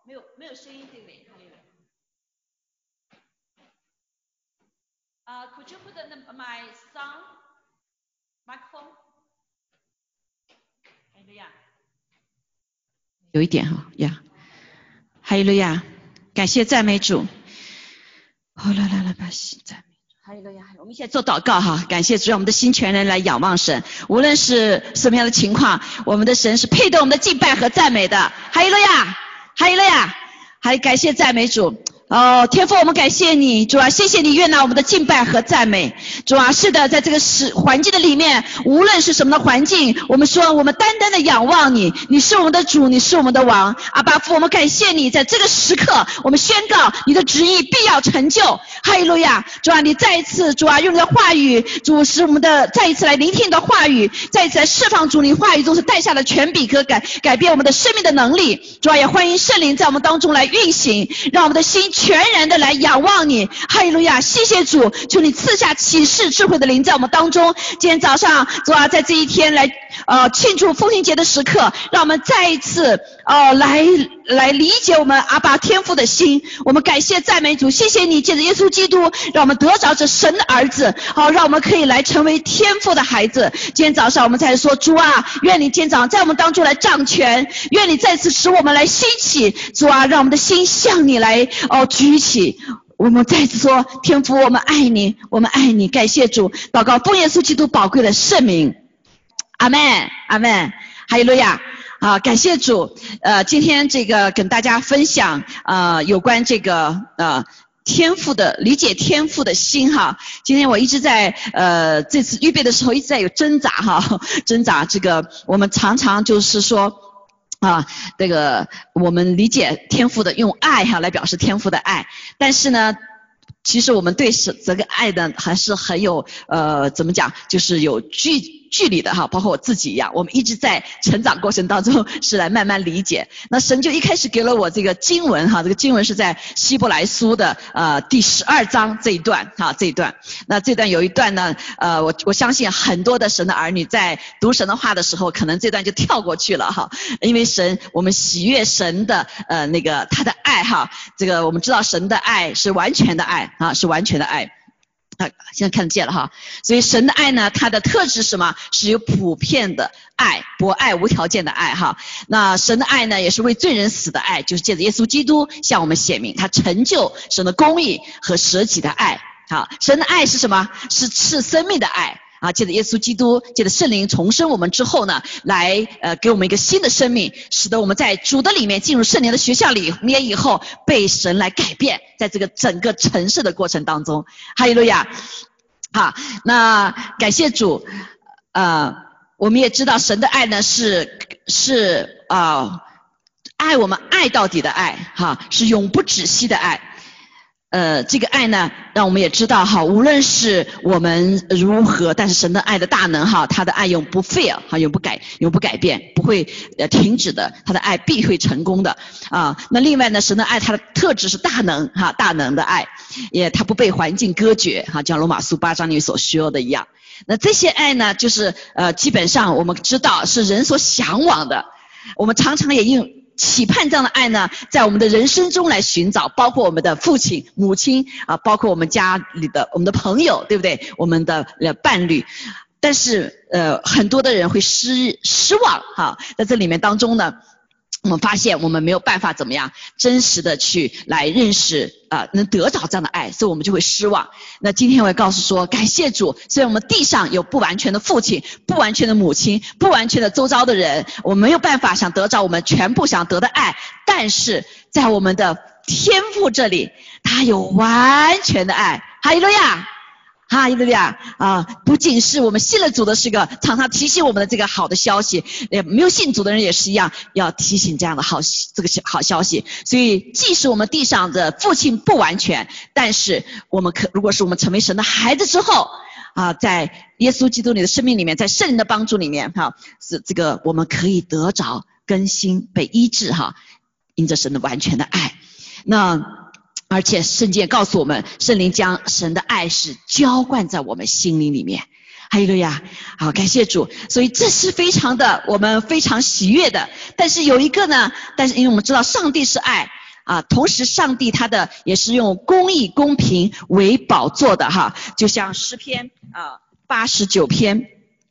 没有声音，对不对？Could you put my sound microphone？ 哈利路亚，有一点哈呀，哈利路亚，感谢赞美主。好了，把心赞美。哈利路亚！我们现在做祷告哈，感谢主，让我们的心全然来仰望神，无论是什么样的情况，我们的神是配得我们的敬拜和赞美的。哈利路亚，哈利路亚，还感谢赞美主。天父，我们感谢你，主啊，谢谢你悦纳我们的敬拜和赞美。主啊，是的，在这个环境的里面，无论是什么的环境，我们说我们单单的仰望你，你是我们的主，你是我们的王。阿爸父，我们感谢你，在这个时刻，我们宣告你的旨意必要成就。哈利路亚！主啊，你再一次，主啊，用你的话语，主使我们的再一次来聆听你的话语，再一次来释放主你话语中是带下的权柄和改变我们的生命的能力。主啊，也欢迎圣灵在我们当中来运行，让我们的心全然的来仰望你。哈利路亚！谢谢主，求你赐下启示智慧的灵在我们当中。今天早上，主啊，在这一天来庆祝父亲节的时刻，让我们再一次来理解我们阿爸天父的心。我们感谢赞美主，谢谢你借着耶稣基督，让我们得着这神的儿子，让我们可以来成为天父的孩子。今天早上我们才说，主啊，愿你今天早上在我们当中来掌权，愿你再次使我们来兴起。主啊，让我们的心向你来举起。我们再次说，天父，我们爱你，我们爱你。感谢主，祷告奉耶稣基督宝贵的圣名，阿们，阿们，哈利路亚。感谢主，今天这个跟大家分享有关这个天赋的理解，天赋的心哈。今天我一直在这次预备的时候一直在有挣扎哈，挣扎这个我们常常就是说这个我们理解天赋的用爱来表示天赋的爱，但是呢，其实我们对这个爱呢还是很有怎么讲，就是有距离的哈，包括我自己一样，我们一直在成长过程当中是来慢慢理解。那神就一开始给了我这个经文哈，这个经文是在希伯来书的第12章这一段哈，这一段。那这段有一段呢，我相信很多的神的儿女在读神的话的时候，可能这段就跳过去了哈，因为我们喜悦神的那个他的爱哈，这个我们知道神的爱是完全的爱啊，是完全的爱。现在看得见了哈，所以神的爱呢，它的特质是什么？是有普遍的爱，博爱无条件的爱哈。那神的爱呢，也是为罪人死的爱，就是借着耶稣基督向我们显明，他成就神的公义和舍己的爱。好，神的爱是什么？是赐生命的爱。借着耶稣基督，借着圣灵重生我们之后呢，来给我们一个新的生命，使得我们在主的里面进入圣灵的学校里面以后，被神来改变，在这个整个成圣的过程当中。哈利路亚！好，那感谢主，我们也知道神的爱呢是爱我们爱到底的爱哈，是永不止息的爱。这个爱呢，让我们也知道哈，无论是我们如何，但是神的爱的大能哈，他的爱永不 fail 哈，永不改变，不会停止的，他的爱必会成功的那另外呢，神的爱他的特质是大能哈，大能的爱，他不被环境割绝哈，像罗马书8章里所说的一样。那这些爱呢，就是基本上我们知道是人所向往的，我们常常也期盼这样的爱呢，在我们的人生中来寻找，包括我们的父亲、母亲包括我们家里的我们的朋友，对不对？我们的伴侣。但是很多的人会失望哈，在这里面当中呢，我们发现我们没有办法怎么样真实的去来认识能得着这样的爱，所以我们就会失望。那今天我也告诉说，感谢主，虽然我们地上有不完全的父亲、不完全的母亲、不完全的周遭的人，我们没有办法想得着我们全部想得的爱，但是在我们的天父这里，他有完全的爱。哈利路亚！哈利路亚不仅是我们信了主的是个常常提醒我们的这个好的消息，没有信主的人也是一样，要提醒这样的这个好消息。所以即使我们地上的父亲不完全，但是如果是我们成为神的孩子之后在耶稣基督里的生命里面，在圣灵的帮助里面是这个我们可以得着更新，被医治因着神的完全的爱。而且圣经也告诉我们，圣灵将神的爱是浇灌在我们心灵里面。 哈利路亚，好，感谢主。所以这是非常的，我们非常喜悦的。但是有一个呢，因为我们知道上帝是爱啊，同时上帝他的也是用公义公平为宝座的哈，就像诗篇89篇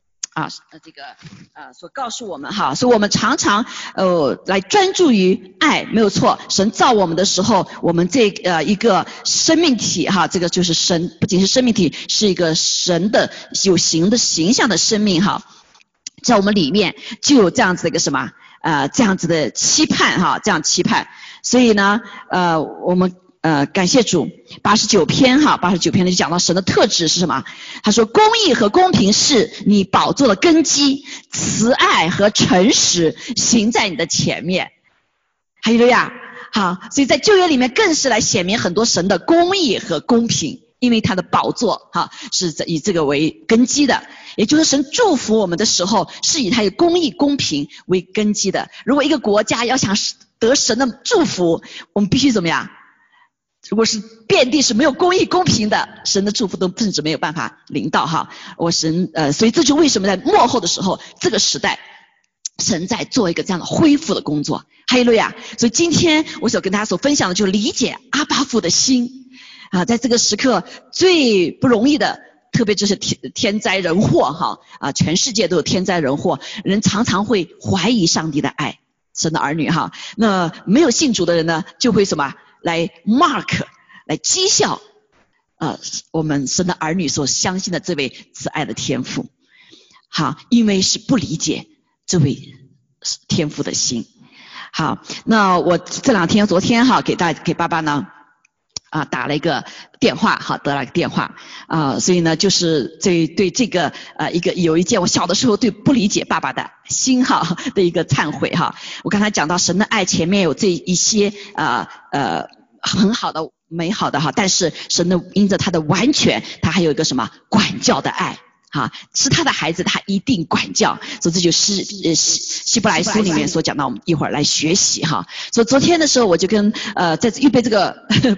所告诉我们哈，所以我们常常来专注于爱，没有错。神造我们的时候，我们一个生命体哈，这个就是神，不仅是生命体，是一个神的有形的形象的生命哈，在我们里面就有这样子的一个什么这样子的期盼哈，这样期盼。所以呢我们感谢主，89篇呢就讲到神的特质是什么？他说公义和公平是你宝座的根基，慈爱和诚实行在你的前面。哈利路亚。好，所以在旧约里面更是来显明很多神的公义和公平，因为他的宝座是以这个为根基的，也就是神祝福我们的时候是以他的公义公平为根基的。如果一个国家要想得神的祝福，我们必须怎么样？如果是遍地是没有公义公平的，神的祝福都甚至没有办法临到哈。所以这就为什么在末后的时候，这个时代神在做一个这样的恢复的工作。哈利路亚。所以今天我所跟大家所分享的就是理解阿爸父的心啊，在这个时刻最不容易的，特别就是天灾人祸哈全世界都有天灾人祸，人常常会怀疑上帝的爱，神的儿女哈。那没有信主的人呢，就会什么来 mark 来讥笑我们神的儿女所相信的这位慈爱的天父。好，因为是不理解这位天父的心。好，那我这两天昨天给爸爸呢打了一个电话得了一个电话所以呢就是对这个有一件我小的时候对不理解爸爸的心的一个忏悔我刚才讲到神的爱前面有这一些很好的美好的但是神的因着他的完全，他还有一个什么管教的爱是他的孩子，他一定管教。所以这就是希伯来书里面所讲到，我们一会儿来学习所以昨天的时候我就跟在预备这个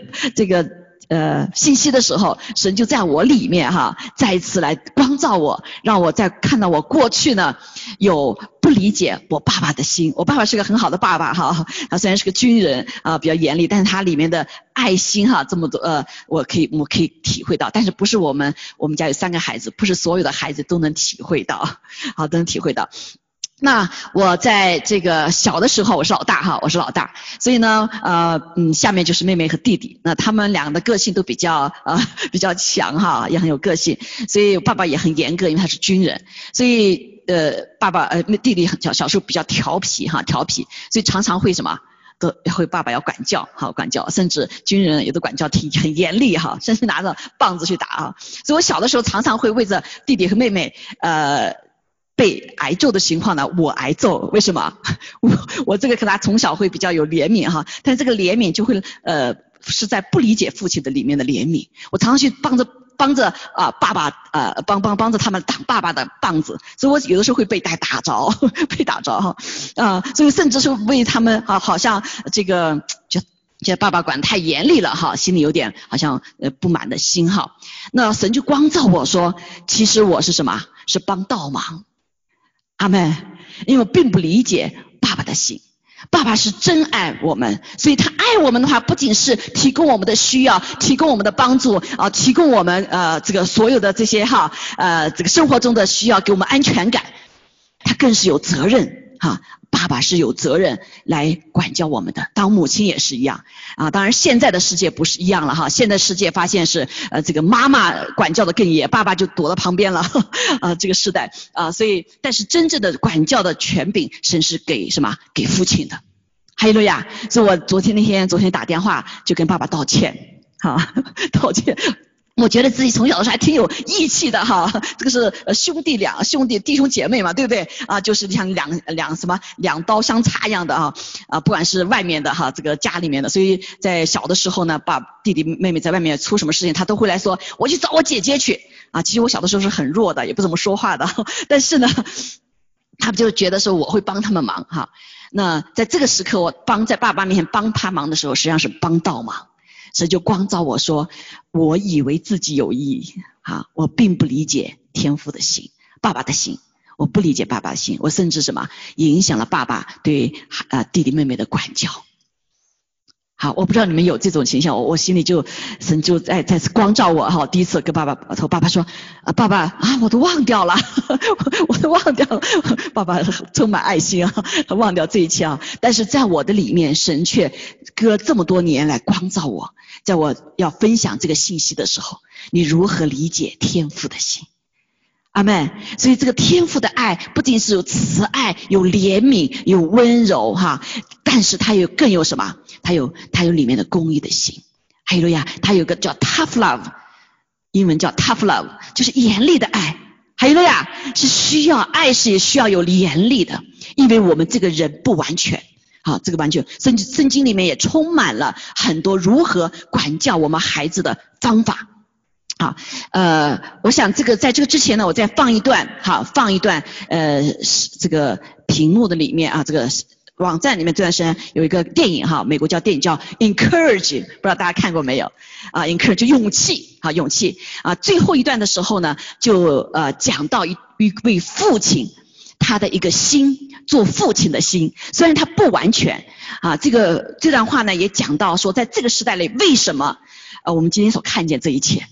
信息的时候，神就在我里面再一次来光照我，让我再看到我过去呢有不理解我爸爸的心。我爸爸是个很好的爸爸他虽然是个军人比较严厉，但是他里面的爱心这么多我可以体会到，但是不是我们家有3个孩子，不是所有的孩子都能体会到都能体会到。那我在这个小的时候，我是老大，所以呢下面就是妹妹和弟弟，那他们两个的个性都比较强也很有个性，所以爸爸也很严格，因为他是军人，所以弟弟小时候比较调皮，所以常常会什么都会爸爸要管教，甚至军人有的管教很严厉甚至拿着棒子去打所以我小的时候常常会为着弟弟和妹妹被挨揍的情况呢，我挨揍，为什么？我这个可能从小会比较有怜悯但是这个怜悯就会是在不理解父亲的里面的怜悯。我常常去帮着爸爸帮着他们挡爸爸的棒子，所以我有的时候会被打着所以甚至是为他们好像这个觉得爸爸管太严厉了心里有点好像不满的心那神就光照我说，其实我是什么？是帮倒忙。阿们。因为我并不理解爸爸的心，爸爸是真爱我们，所以他爱我们的话，不仅是提供我们的需要，提供我们的帮助提供我们这个所有的这些这个生活中的需要，给我们安全感，他更是有责任爸爸是有责任来管教我们的，当母亲也是一样当然现在的世界不是一样了现在世界发现是这个妈妈管教的更严，爸爸就躲到旁边了这个时代所以但是真正的管教的权柄，神是给什么？给父亲的。哈利路亚。所以我昨天打电话就跟爸爸道歉道歉。我觉得自己从小的时候还挺有义气的这个是弟兄姐妹嘛，对不对就是像两刀相插一样的不管是外面的这个家里面的，所以在小的时候呢，弟弟妹妹在外面出什么事情，他都会来说我去找我姐姐去其实我小的时候是很弱的，也不怎么说话的但是呢他们就觉得说我会帮他们忙那在这个时刻我在爸爸面前帮他忙的时候，实际上是帮倒忙。神就光照我说，我以为自己有义， 好，我并不理解天父的心，爸爸的心，我不理解爸爸的心，我甚至什么影响了爸爸对弟弟妹妹的管教。好，我不知道你们有这种倾向，我心里就神就再次光照我哈。第一次跟爸爸说爸爸啊，我都忘掉了，我都忘掉了。爸爸充满爱心啊，忘掉这一切啊。但是在我的里面，神却隔这么多年来光照我，在我要分享这个信息的时候，你如何理解天父的心？阿们。所以这个天父的爱不仅是有慈爱，有怜悯，有温柔哈，但是他更有什么？他有里面的公义的心。哈利路亚，他有个叫 tough love， 英文叫 tough love， 就是严厉的爱。哈利路亚，是需要爱，是也需要有严厉的，因为我们这个人不完全。好，这个完全圣经里面也充满了很多如何管教我们孩子的方法。好，我想在这个之前呢，我再放一段这个屏幕的里面啊，这个网站里面这段时间有一个电影哈，美国叫电影叫 Encourage， 不知道大家看过没有啊 ？Encourage 勇气啊，勇气啊。最后一段的时候呢，就讲到一位父亲他的一个心，做父亲的心，虽然他不完全啊，这段话呢也讲到说，在这个时代里为什么我们今天所看见这一切。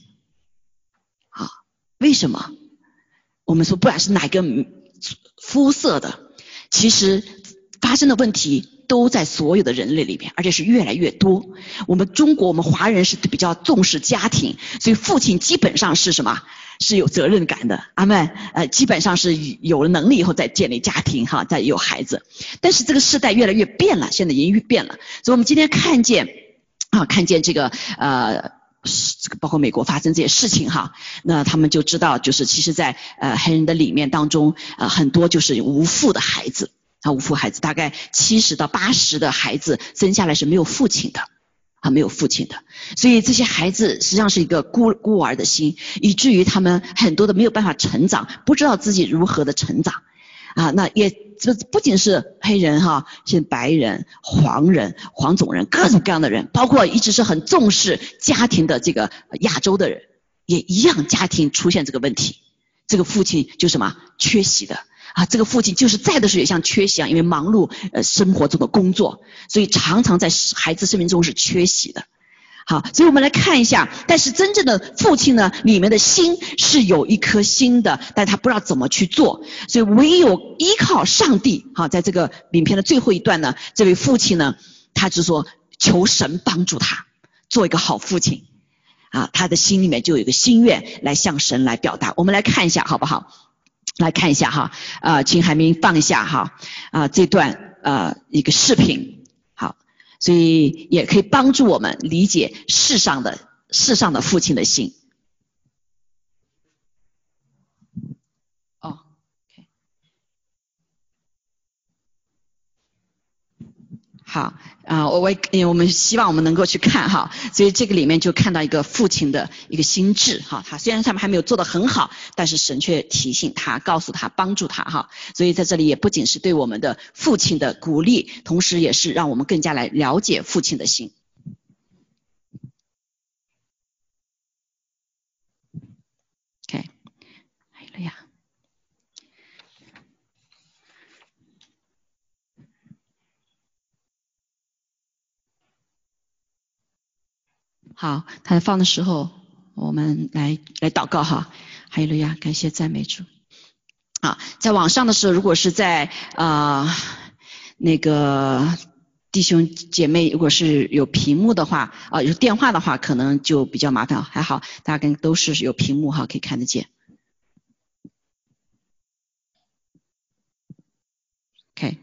为什么我们说不管是哪个肤色的，其实发生的问题都在所有的人类里面，而且是越来越多。我们中国，我们华人是比较重视家庭，所以父亲基本上是什么？是有责任感的。阿们。基本上是有了能力以后再建立家庭哈，再有孩子。但是这个时代越来越变了，现在已经变了。所以我们今天看见这个包括美国发生这些事情哈，那他们就知道，就是其实在黑人的里面当中很多就是无父的孩子无父孩子，大概70%到80%的孩子生下来是没有父亲的没有父亲的。所以这些孩子实际上是一个孤儿的心，以至于他们很多的没有办法成长，不知道自己如何的成长那也这不仅是黑人哈，是白人、黄人、黄种人，各种各样的人，包括一直是很重视家庭的这个亚洲的人，也一样家庭出现这个问题。这个父亲就什么缺席的这个父亲就是在的时候也像缺席因为忙碌生活中的工作，所以常常在孩子生命中是缺席的。好，所以我们来看一下，但是真正的父亲呢，里面的心是有一颗心的，但他不知道怎么去做，所以唯有依靠上帝。好，在这个影片的最后一段呢，这位父亲呢，他就说求神帮助他做一个好父亲他的心里面就有一个心愿来向神来表达。我们来看一下好不好？来看一下哈，请海明放一下哈这段一个视频。所以也可以帮助我们理解世上的父亲的心。好我们希望我们能够去看所以这个里面就看到一个父亲的一个心智他虽然他们还没有做得很好，但是神却提醒他，告诉他，帮助他所以在这里也不仅是对我们的父亲的鼓励，同时也是让我们更加来了解父亲的心。OK， 哎呀。好，他放的时候，我们来祷告哈。哈利路亚，感谢赞美主。在网上的时候，如果是在那个弟兄姐妹，如果是有屏幕的话有电话的话，可能就比较麻烦。还好，大家都是有屏幕可以看得见。OK。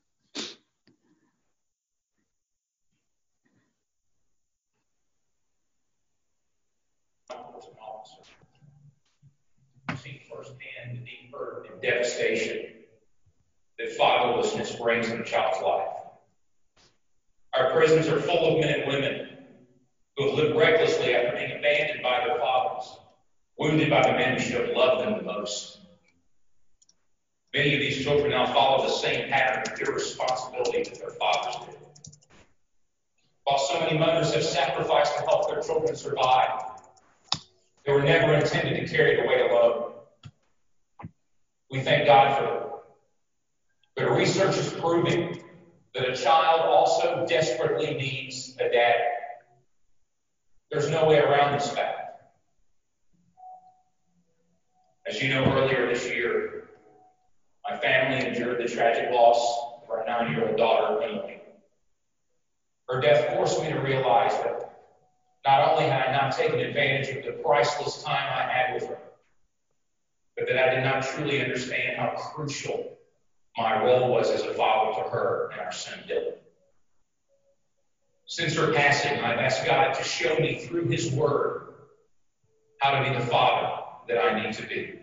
Devastation that fatherlessness brings in a child's life. Our prisons are full of men and women who have lived recklessly after being abandoned by their fathers, wounded by the men who should have loved them the most. Many of these children now follow the same pattern of irresponsibility that their fathers did. While so many mothers have sacrificed to help their children survive, They were never intended to carry the weight alone. We thank God for them. But research is proving that a child also desperately needs a dad. There's no way around this fact. As you know, earlier this year, my family endured the tragic loss of our 9-year-old daughter, Emily. Her death forced me to realize that not only had I not taken advantage of the priceless time I had with her, but that I did not truly understand how crucial my role was as a father to her and our son Dylan. Since her passing, I've asked God to show me through His Word how to be the father that I need to be.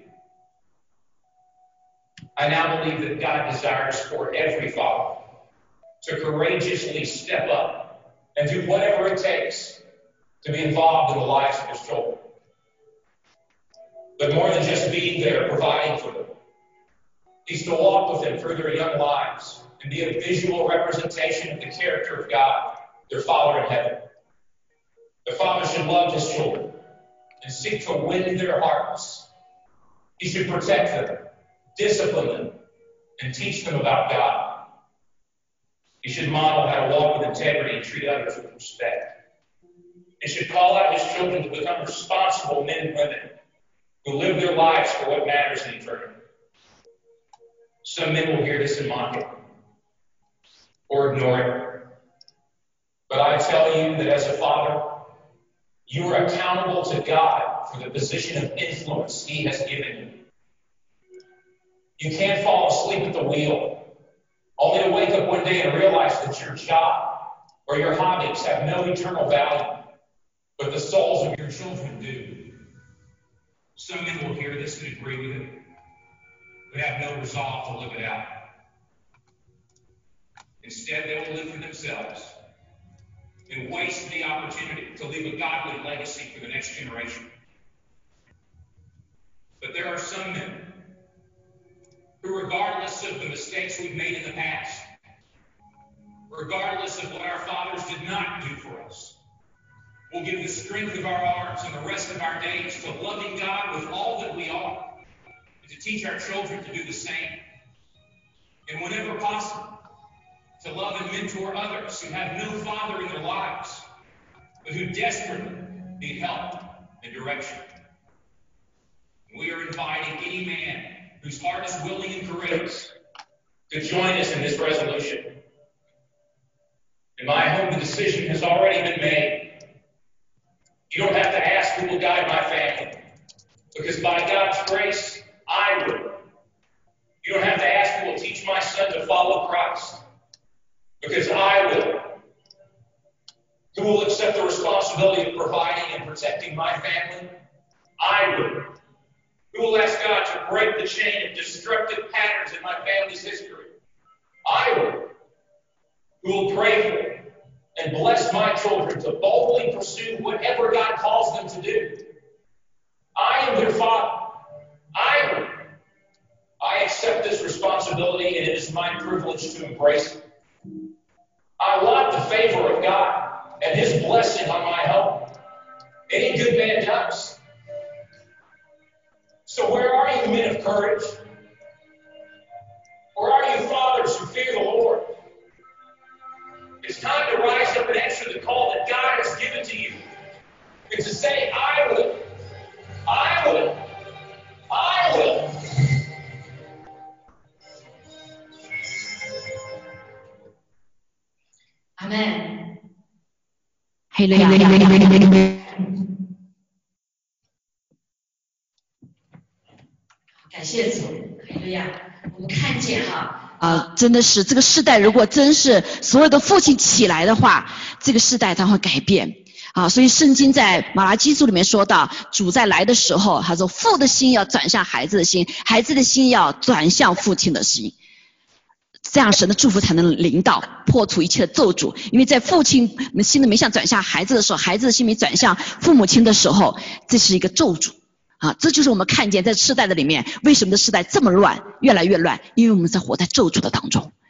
I now believe that God desires for every father to courageously step up and do whatever it takes to be involved in the lives of his children. But more than just being there, providing for them, He's to walk with them through their young lives and be a visual representation of the character of God, their Father in heaven. The father should love his children and seek to win their hearts. He should protect them, discipline them, and teach them about God. He should model how to walk with integrity and treat others with respect. He should call out his children to become responsible men and women who live their lives for what matters in eternity. Some men will hear this and mock it or ignore it. But I tell you that as a father, you are accountable to God for the position of influence He has given you. You can't fall asleep at the wheel, only to wake up one day and realize that your job or your hobbies have no eternal value, but the souls of your children do. Some men will hear this and agree with it, but have no resolve to live it out. Instead, they will live for themselves and waste the opportunity to leave a godly legacy for the next generation. But there are some men who, regardless of the mistakes we've made in the past, regardless of what our fathers did not do for us, will give the strength of our arms and the rest of our days to loving God with all that we are, and to teach our children to do the same. And whenever possible, to love and mentor others who have no father in their lives, but who desperately need help and direction. We are inviting any man whose heart is willing and courageous to join us in this resolution. In my home, the decision has already been made. You don't have to ask who will guide my family, because by God's grace, I will. You don't have to ask who will teach my son to follow Christ, because I will. Who will accept the responsibility of providing and protecting my family? I will. Who will ask God to break the chain of destructive patterns in my family's history? I will. Who will pray for and bless my children to boldly pursue whatever God calls them to do? I am their father. I will. I accept this responsibility, and it is my privilege to embrace it. I want the favor of God and His blessing on my home. Any good man does. So where are you, men of courage? Where are you, fathers who fear the Lord? It's time to rise up and answer the call that God has given to you. And to say, I will. I will. I will. Amen. 哈利路亚。感谢主，哈利路亚。我们看见真的是这个世代，如果真是所有的父亲起来的话，这个世代将会改变。所以圣经在马拉基书里面说到，主在来的时候，他说父的心要转向孩子的心，孩子的心要转向父亲的心。这样神的祝福才能领导破除一切的咒诅，因为在父亲心的没向转向孩子的时候，孩子的心没转向父母亲的时候，这是一个咒诅这就是我们看见在世代的里面，为什么这世代这么乱，越来越乱，因为我们在活在咒诅的当中。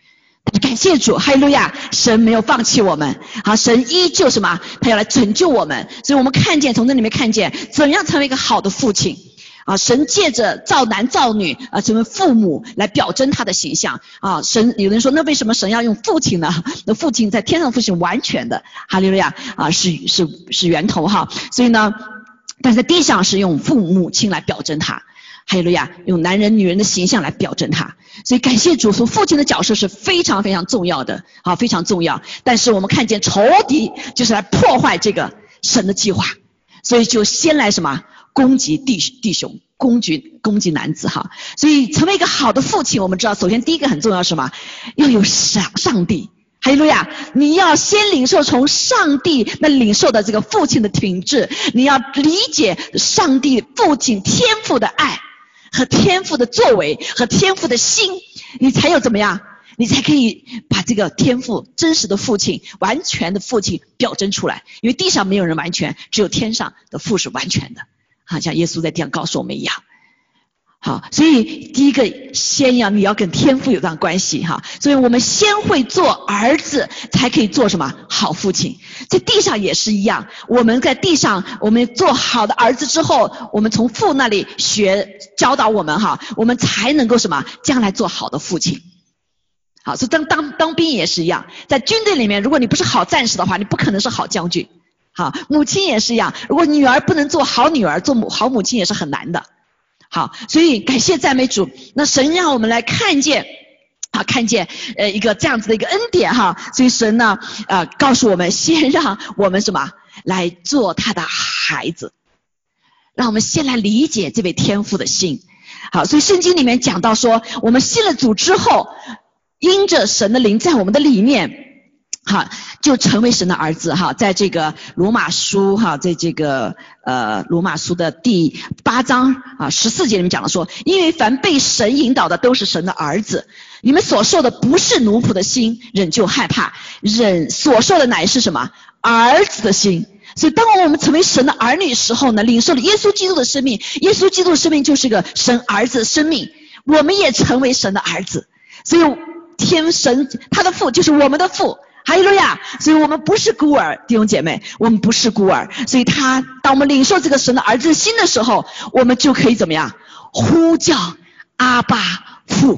感谢主，哈利路亚！神没有放弃我们，好，神依旧什么？他要来拯救我们，所以我们看见，从这里面看见怎样成为一个好的父亲啊！神借着造男造女啊，成为父母来表征他的形象啊！神有人说，那为什么神要用父亲呢？那父亲在天上父亲完全的，哈利路亚啊，是源头哈，所以呢，但是在地上是用父母亲来表征他。哈利路亚，用男人女人的形象来表征他，所以感谢主，说父亲的角色是非常非常重要的啊，非常重要。但是我们看见仇敌就是来破坏这个神的计划，所以就先来什么攻击弟兄，攻击男子哈。所以成为一个好的父亲，我们知道首先第一个很重要是什么？要有上帝。哈利路亚！你要先领受从上帝那领受的这个父亲的品质，你要理解上帝父亲天父的爱和天父的作为和天父的心，你才有怎么样？你才可以把这个天父真实的父亲完全的父亲表征出来。因为地上没有人完全，只有天上的父是完全的，好像耶稣在地上告诉我们一样。好，所以第一个先你要跟天父有这样关系哈，所以我们先会做儿子，才可以做什么好父亲。在地上也是一样，我们在地上我们做好的儿子之后，我们从父那里教导我们哈，我们才能够什么将来做好的父亲。好，所以当兵也是一样，在军队里面，如果你不是好战士的话，你不可能是好将军。好，母亲也是一样，如果女儿不能做好女儿，做好母亲也是很难的。好，所以感谢赞美主，那神让我们来看见一个这样子的一个恩典哈，所以神呢告诉我们，先让我们什么来做他的孩子，让我们先来理解这位天父的心。好，所以圣经里面讲到说，我们信了主之后，因着神的灵在我们的里面，好，就成为神的儿子哈。在这个罗马书哈，在这个罗马书的第8章啊14节里面讲了说，因为凡被神引导的都是神的儿子，你们所受的不是奴仆的心，仍旧害怕，所受的乃是什么？儿子的心。所以当我们成为神的儿女的时候呢，领受了耶稣基督的生命，耶稣基督的生命就是个神儿子的生命，我们也成为神的儿子。所以天神他的父就是我们的父，哈利路亚！所以我们不是孤儿，弟兄姐妹，我们不是孤儿。所以当我们领受这个神的儿子心的时候，我们就可以怎么样？呼叫阿爸父，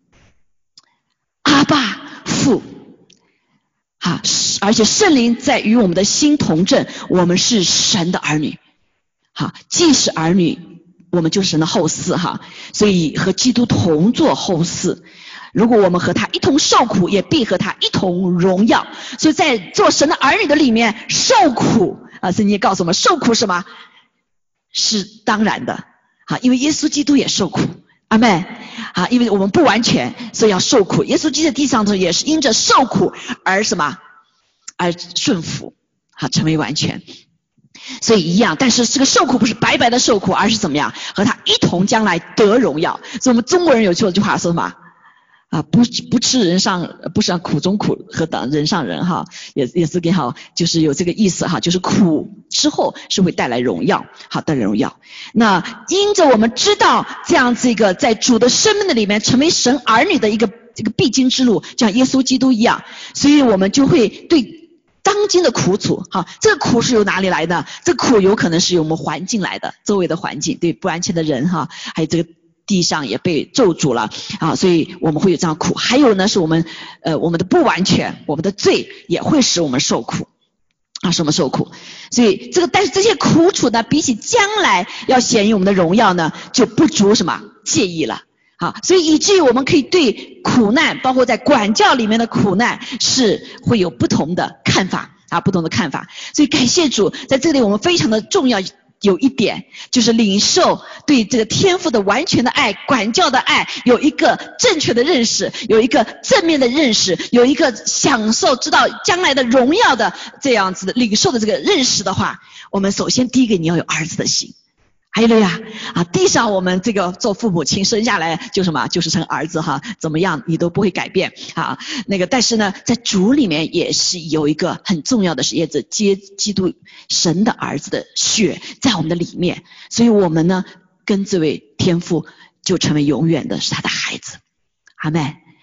阿爸父。好，而且圣灵在与我们的心同证，我们是神的儿女。好，既是儿女，我们就是神的后嗣哈。所以和基督同作后嗣。如果我们和他一同受苦，也必和他一同荣耀。所以在做神的儿女的里面，受苦圣经也告诉我们，受苦什么是当然的。好，因为耶稣基督也受苦，阿们。好，因为我们不完全，所以要受苦。耶稣基督在地上头也是因着受苦而什么？而顺服，好，成为完全。所以一样，但是这个受苦不是白白的受苦，而是怎么样？和他一同将来得荣耀。所以我们中国人有句话说什么？不吃人上，不是苦中苦，何等人上人哈，也是更好，就是有这个意思哈，就是苦之后是会带来荣耀，好，带来荣耀。那因着我们知道这样子一个在主的生命的里面成为神儿女的一个这个必经之路，像耶稣基督一样，所以我们就会对当今的苦楚，好，这个苦是由哪里来的？这个苦有可能是由我们环境来的，周围的环境，对不安全的人哈，还有这个地上也被咒诅了啊，所以我们会有这样苦。还有呢，是我们的不完全，我们的罪也会使我们受苦啊，使我们受苦。所以但是这些苦楚呢，比起将来要显于我们的荣耀呢，就不足什么介意了。好，所以以至于我们可以对苦难，包括在管教里面的苦难，是会有不同的看法啊，不同的看法。所以感谢主，在这里我们非常的重要。有一点就是领受对这个天父的完全的爱，管教的爱，有一个正确的认识，有一个正面的认识，有一个享受知道将来的荣耀的这样子的领受的这个认识的话，我们首先第一个你要有儿子的心。哈利路亚啊！地上我们这个做父母亲生下来就什么，就是成儿子哈，怎么样你都不会改变啊。但是呢，在主里面也是有一个很重要的是，也是接基督神的儿子的血在我们的里面，所以我们呢跟这位天父就成为永远的是他的孩子。阿们。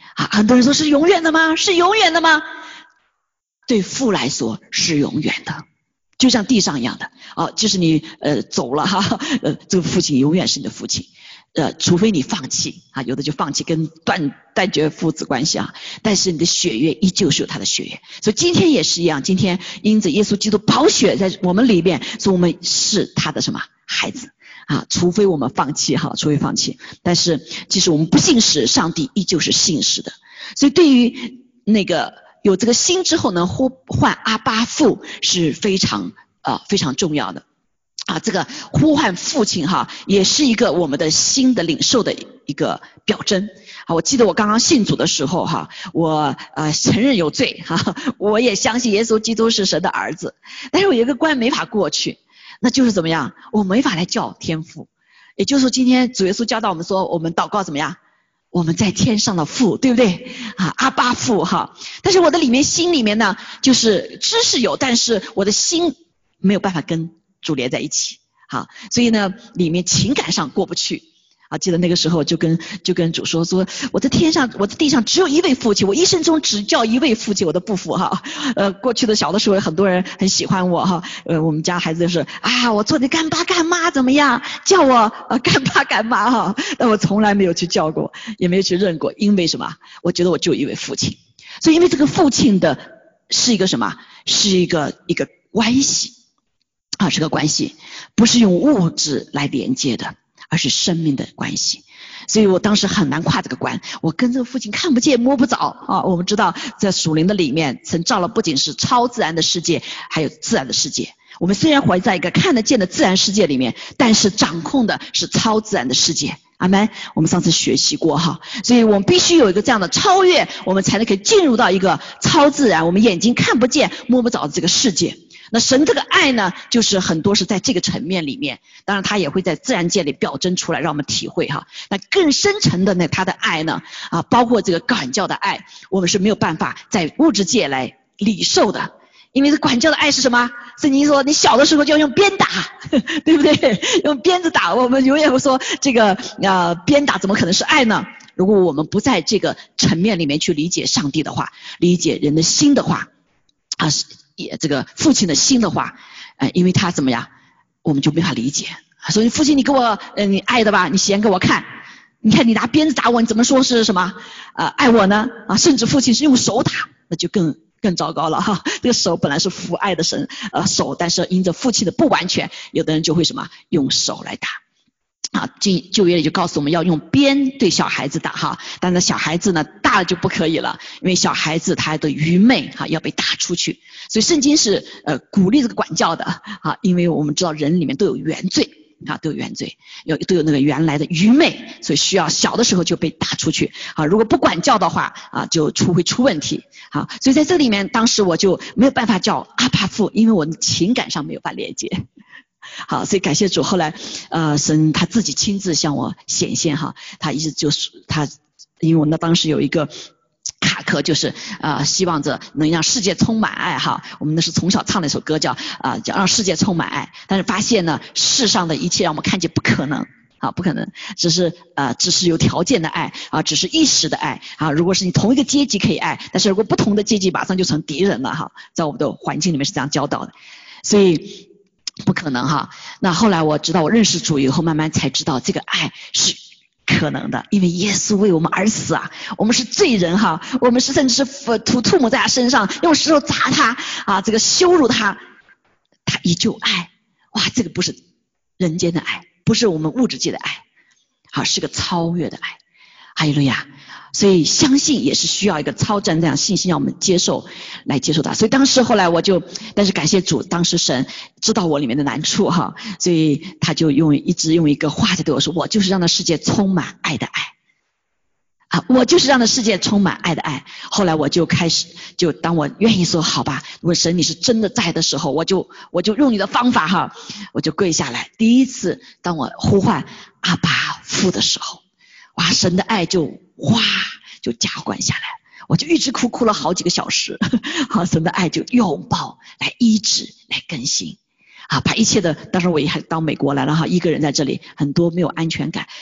很多人说是永远的吗？是永远的吗？对父来说是永远的，就像地上一样的就是你走了这个父亲永远是你的父亲，除非你放弃有的就放弃跟断绝父子关系但是你的血约依旧是有他的血约。所以今天也是一样，今天因着耶稣基督宝血在我们里面，所以我们是他的什么孩子除非我们放弃除非放弃。但是即使我们不信实，上帝依旧是信实的。所以对于那个有这个心之后呢，呼唤阿爸父是非常重要的这个呼唤父亲也是一个我们的心的领受的一个表征我记得我刚刚信主的时候我承认有罪我也相信耶稣基督是神的儿子，但是我有一个关没法过去，那就是怎么样，我没法来叫天父。也就是说今天主耶稣教导我们说，我们祷告怎么样，我们在天上的父，对不对阿爸父但是我的心里面呢，就是知识有，但是我的心没有办法跟主连在一起所以呢里面情感上过不去记得那个时候就跟主说我在天上我在地上只有一位父亲，我一生中只叫一位父亲，我的不服过去的小的时候很多人很喜欢我我们家孩子就是我做的干爸干妈怎么样，叫我干爸干妈但我从来没有去叫过，也没有去认过，因为什么，我觉得我就有一位父亲。所以因为这个父亲的是一个什么，是一个关系是个关系，不是用物质来连接的，而是生命的关系。所以我当时很难跨这个关，我跟这个父亲看不见摸不着我们知道在属灵的里面曾造了不仅是超自然的世界，还有自然的世界。我们虽然活在一个看得见的自然世界里面，但是掌控的是超自然的世界。阿们，我们上次学习过所以我们必须有一个这样的超越，我们才能可以进入到一个超自然我们眼睛看不见摸不着的这个世界。那神这个爱呢，就是很多是在这个层面里面，当然他也会在自然界里表征出来让我们体会那更深层的他的爱呢包括这个管教的爱，我们是没有办法在物质界来理受的。因为这管教的爱是什么，圣经说你小的时候就要用鞭打对不对，用鞭子打，我们永远会说这个鞭打怎么可能是爱呢？如果我们不在这个层面里面去理解上帝的话，理解人的心的话这个父亲的心的话因为他怎么样，我们就没法理解。所以父亲你给我你爱的吧，你显给我看，你看你拿鞭子打我，你怎么说是什么爱我呢甚至父亲是用手打，那就更糟糕了这个手本来是父爱的手，但是因着父亲的不完全，有的人就会什么用手来打旧约里就告诉我们要用鞭对小孩子打但是小孩子呢大了就不可以了，因为小孩子他的愚昧要被打出去。所以圣经是鼓励这个管教的因为我们知道人里面都有原罪都有原罪，都有那个原来的愚昧，所以需要小的时候就被打出去如果不管教的话就会出问题所以在这里面当时我就没有办法叫阿爸父，因为我情感上没有办法连接所以感谢主，后来神他自己亲自向我显现他一直就是因为我当时有一个卡壳，就是希望着能让世界充满爱我们那是从小唱的一首歌叫让世界充满爱，但是发现呢世上的一切让我们看见不可能不可能，只是有条件的爱只是一时的爱如果是你同一个阶级可以爱，但是如果不同的阶级马上就成敌人了在我们的环境里面是这样教导的，所以不可能那后来我知道，我认识主以后慢慢才知道这个爱是可能的，因为耶稣为我们而死我们是罪人我们是甚至是吐沫在他身上，用石头砸他这个羞辱他依旧爱这个不是人间的爱，不是我们物质界的爱是个超越的爱。哈利路亚。所以相信也是需要一个超自然这样信心让我们接受它。所以当时后来但是感谢主，当时神知道我里面的难处所以他就一直用一个话在对我说，我就是让这世界充满爱的爱我就是让这世界充满爱的爱。后来我就开始当我愿意说好吧，如果神你是真的在的时候，我就用你的方法我就跪下来。第一次当我呼唤阿爸父的时候，神的爱就加灌下来，我就一直哭了好几个小时神的爱就拥抱来医治来更新把一切的，当时我也还到美国来了一个人在这里，很多没有安全感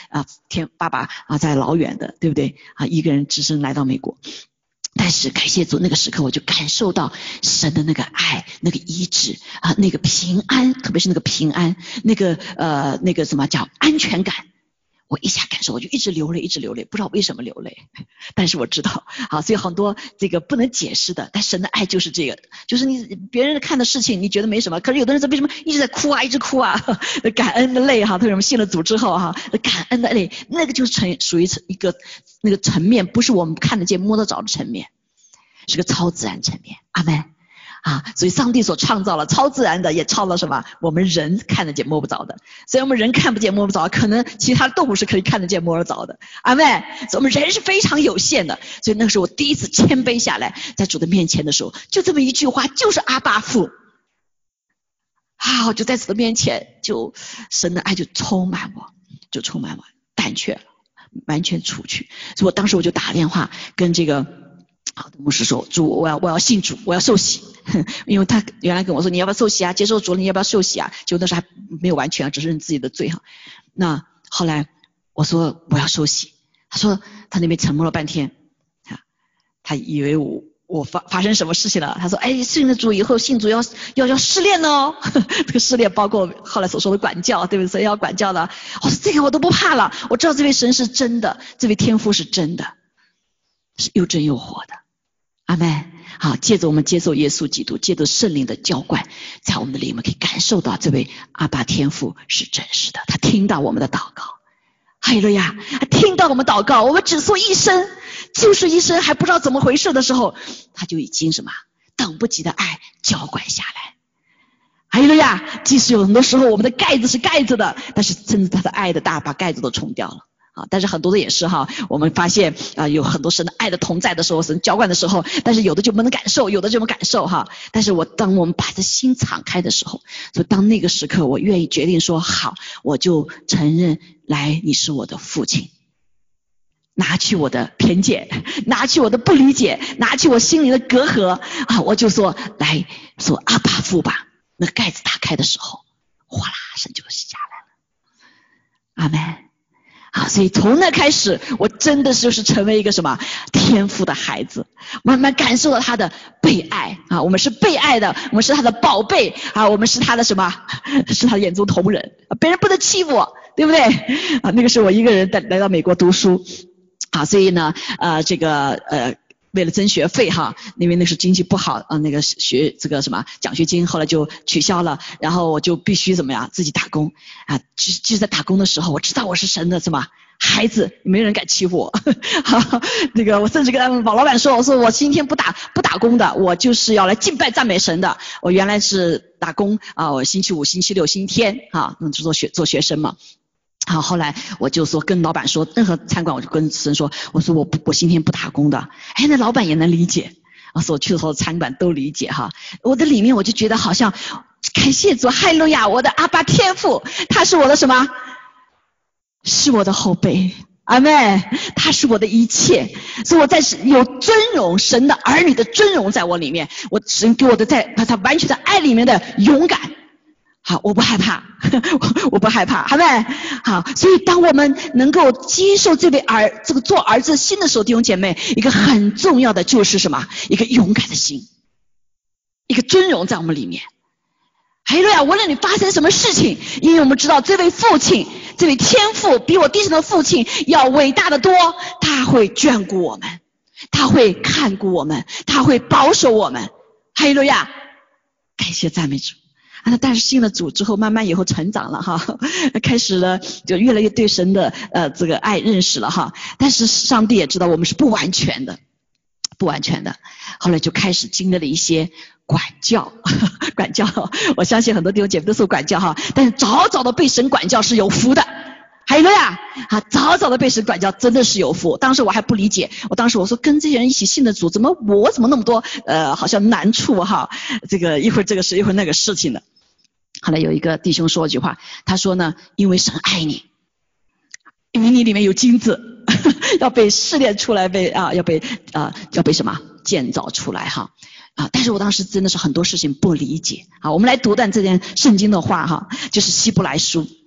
爸爸在老远的，对不对一个人只身来到美国。但是感谢主，那个时刻我就感受到神的那个爱，那个医治那个平安，特别是那个平安，那个什么叫安全感。我一下感受，我就一直流泪，不知道为什么流泪，但是我知道所以很多这个不能解释的，但神的爱就是这个，就是你别人看的事情你觉得没什么，可是有的人为什么一直在哭一直哭感恩的泪特别我们信了主之后感恩的泪，那个就是属于一个那个层面，不是我们看得见摸得着的层面，是个超自然层面。阿们所以上帝所创造了超自然的，也创造什么我们人看得见摸不着的。所以我们人看不见摸不着，可能其他动物是可以看得见摸得着的。阿们。所以我们人是非常有限的。所以那个时候我第一次谦卑下来，在主的面前的时候，就这么一句话，就是阿爸父我就在主的面前，就神的爱就充满我，胆怯完全出去。所以我当时我就打电话跟这个牧师说，主我要信主，我要受洗。因为他原来跟我说你要不要受洗接受主了你要不要受洗就那时候还没有完全只是认自己的罪那后来我说我要受洗，他说他那边沉默了半天他以为我发生什么事情了。他说信了主以后，信主要试炼这个试炼包括后来所说的管教，对不对？所以要管教的。我说这个我都不怕了，我知道这位神是真的，这位天父是真的，是又真又活的。阿们。借着我们接受耶稣基督，借着圣灵的浇灌，在我们的里面可以感受到这位阿爸天父是真实的，他听到我们的祷告。哈利路亚，他听到我们祷告，我们只说一声，就是一声，还不知道怎么回事的时候，他就已经什么等不及的爱浇灌下来。哈利路亚，即使有很多时候我们的盖子是盖着的，但是真的他的爱的大把盖子都冲掉了。但是很多的也是我们发现有很多神的爱的同在的时候，神浇灌的时候，但是有的就不能感受，有的就能感受但是当我们把这心敞开的时候，所以当那个时刻我愿意决定说好，我就承认来你是我的父亲，拿去我的偏见，拿去我的不理解，拿去我心里的隔阂我就说来说阿爸父吧。那盖子打开的时候，哗啦，神就下来了。阿们。所以从那开始，我真的就是成为一个什么天父的孩子，慢慢感受到他的被爱我们是被爱的，我们是他的宝贝我们是他的什么，是他眼中同人，别人不能欺负我，对不对那个是我一个人来到美国读书所以呢这个为了增学费因为那时经济不好那个学这个什么奖学金后来就取消了，然后我就必须怎么样自己打工就在打工的时候，我知道我是神的什么孩子，没人敢欺负我那个我甚至跟他们老板说，我说我今天不打工的，我就是要来敬拜赞美神的。我原来是打工我星期五星期六星期天做学生嘛。后来我就说跟老板说，任何餐馆我就跟神说，我说我今天不打工的。那老板也能理解所以我去的时候餐馆都理解我的里面我就觉得好像感谢主，哈利路亚，我的阿爸天父他是我的什么，是我的后辈。阿们，他是我的一切，所以我在有尊荣，神的儿女的尊荣在我里面，我神给我的在他完全在爱里面的勇敢。我不害怕我不害怕，好没好。所以当我们能够接受这个做儿子的心的时候，弟兄姐妹，一个很重要的就是什么，一个勇敢的心，一个尊荣在我们里面。哈利路亚，无论你发生什么事情，因为我们知道这位父亲，这位天父比我地上的父亲要伟大的多，他会眷顾我们，他会看顾我们，他会保守我们。哈利路亚，感谢赞美主。但是信了主之后，慢慢以后成长了开始了就越来越对神的这个爱认识了但是上帝也知道我们是不完全的，后来就开始经历了一些管教我相信很多弟兄姐妹都受管教但是早早的被神管教是有福的。哈利路亚早早的被神管教真的是有福。当时我还不理解，当时我说跟这些人一起信的主，我怎么那么多好像难处这个一会儿这个事一会儿那个事情的。后来有一个弟兄说一句话，他说呢，因为神爱你，因为你里面有金子要被试炼出来，要被什么建造出来但是我当时真的是很多事情不理解我们来读段这件圣经的话就是希伯来书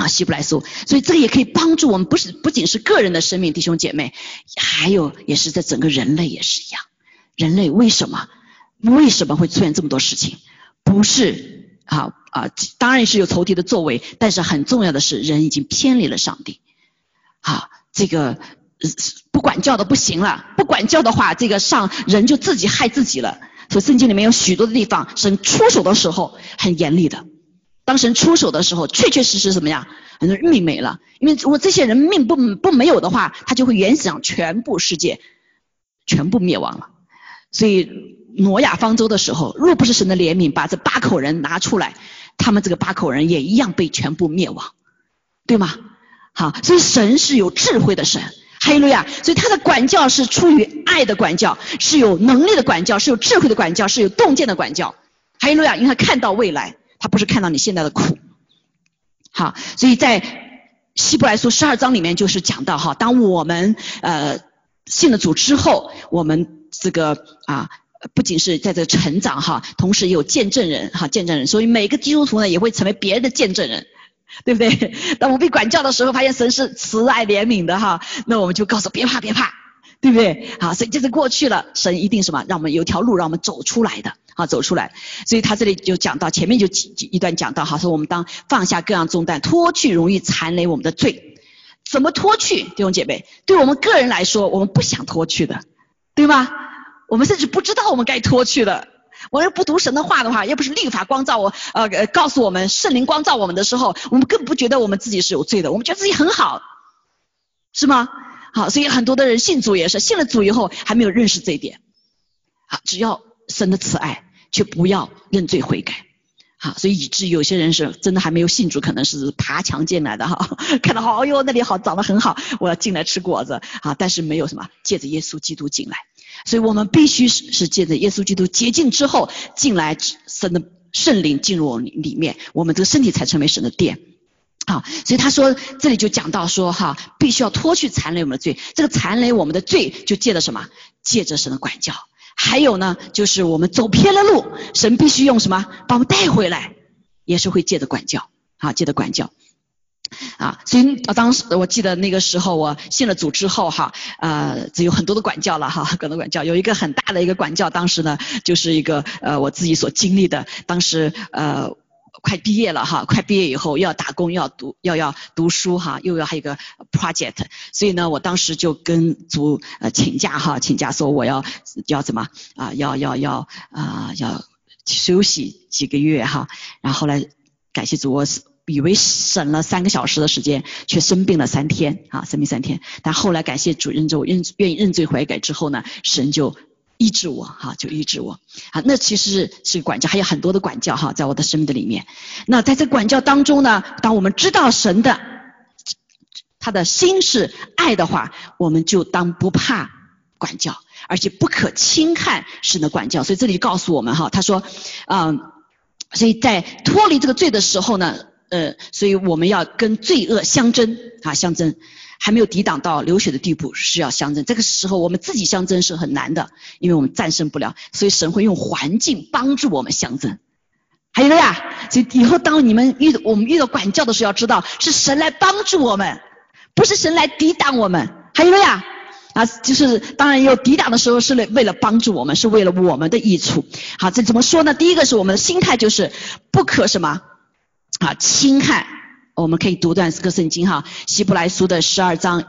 希伯来书，所以这个也可以帮助我们，不仅是个人的生命，弟兄姐妹，还有也是在整个人类也是一样。人类为什么会出现这么多事情？不是当然是有仇敌的作为，但是很重要的是人已经偏离了上帝。这个不管教的不行了，不管教的话，这个人就自己害自己了。所以圣经里面有许多的地方，神出手的时候很严厉的。当神出手的时候，确确实实怎么样？很多人命没了，因为如果这些人命不没有的话，他就会影响全部世界，全部灭亡了。所以挪亚方舟的时候，若不是神的怜悯，把这8口人拿出来，他们这个8口人也一样被全部灭亡，对吗？好，所以神是有智慧的神，哈利路亚。所以他的管教是出于爱的管教，是有能力的管教，是有智慧的管教，是有洞见的管教，哈利路亚。因为他看到未来，他不是看到你现在的苦。好，所以在希伯来书12章里面就是讲到当我们信了主之后，我们这个不仅是在这个成长同时也有见证人见证人，所以每个基督徒呢也会成为别人的见证人，对不对？当我们被管教的时候，发现神是慈爱怜悯的那我们就告诉别怕，对不对？所以这是过去了，神一定什么让我们有条路让我们走出来的走出来。所以他这里就讲到前面就一段讲到说我们当放下各样重担，脱去容易缠累我们的罪。怎么脱去？弟兄姐妹，对我们个人来说，我们不想脱去的，对吗？我们甚至不知道我们该脱去的。我要不读神的话的话，要不是律法光照我告诉我们，圣灵光照我们的时候，我们更不觉得我们自己是有罪的，我们觉得自己很好，是吗？好，所以很多的人信主也是信了主以后还没有认识这一点。只要神的慈爱，却不要认罪悔改。所以以至于有些人是真的还没有信主，可能是爬墙进来的看到那里好长得很好，我要进来吃果子但是没有什么借着耶稣基督进来。所以我们必须是借着耶稣基督洁净之后进来，神的圣灵进入我们里面，我们这个身体才成为神的殿。所以他说这里就讲到说必须要脱去缠累我们的罪。这个缠累我们的罪就借着什么？借着神的管教。还有呢，就是我们走偏了路，神必须用什么把我们带回来，也是会借着管教借着管教所以当时我记得那个时候我信了主之后这有很多的管教了很多管教。有一个很大的一个管教，当时呢就是一个我自己所经历的。当时快毕业了快毕业以后要打工，要读书又要还有一个 project， 所以呢我当时就跟主请假说我要怎么要休息几个月然后后来感谢主，我以为省了3个小时的时间，却生病了3天生病3天。但后来感谢主愿意认罪悔改之后呢，神就医治我就医治我那其实是管教，还有很多的管教在我的生命的里面。那在这管教当中呢，当我们知道神的他的心是爱的话，我们就当不怕管教，而且不可轻看神的管教。所以这里告诉我们他说所以在脱离这个罪的时候呢所以我们要跟罪恶相争相争。还没有抵挡到流血的地步，是要相争。这个时候我们自己相争是很难的，因为我们战胜不了，所以神会用环境帮助我们相争。还有所以以后当我们遇到管教的时候，要知道是神来帮助我们，不是神来抵挡我们。还有就是当然有抵挡的时候，是为了帮助我们，是为了我们的益处。好，这怎么说呢？第一个是我们的心态，就是不可什么轻看。我们可以读段这个圣经希伯来书的12章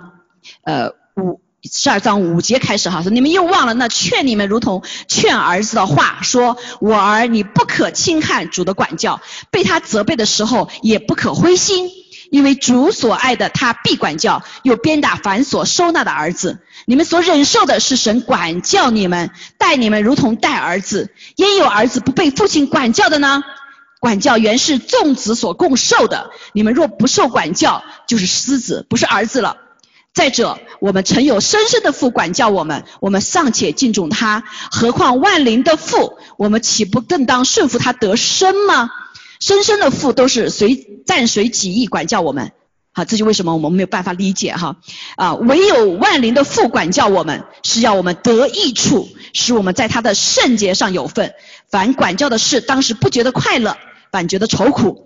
5节开始说你们又忘了那劝你们如同劝儿子的话，说我儿你不可轻看主的管教，被他责备的时候也不可灰心，因为主所爱的他必管教，又鞭打凡所收纳的儿子。你们所忍受的是神管教你们，待你们如同待儿子。焉有儿子不被父亲管教的呢？管教原是众子所共受的，你们若不受管教，就是私子，不是儿子了。再者，我们曾有深深的父管教我们，我们尚且敬重他，何况万灵的父，我们岂不更当顺服他得生吗？深深的父都是暂随己意管教我们。这就为什么我们没有办法理解唯有万灵的父管教我们，是要我们得益处，使我们在他的圣洁上有份。凡管教的事，当时不觉得快乐，反觉得愁苦。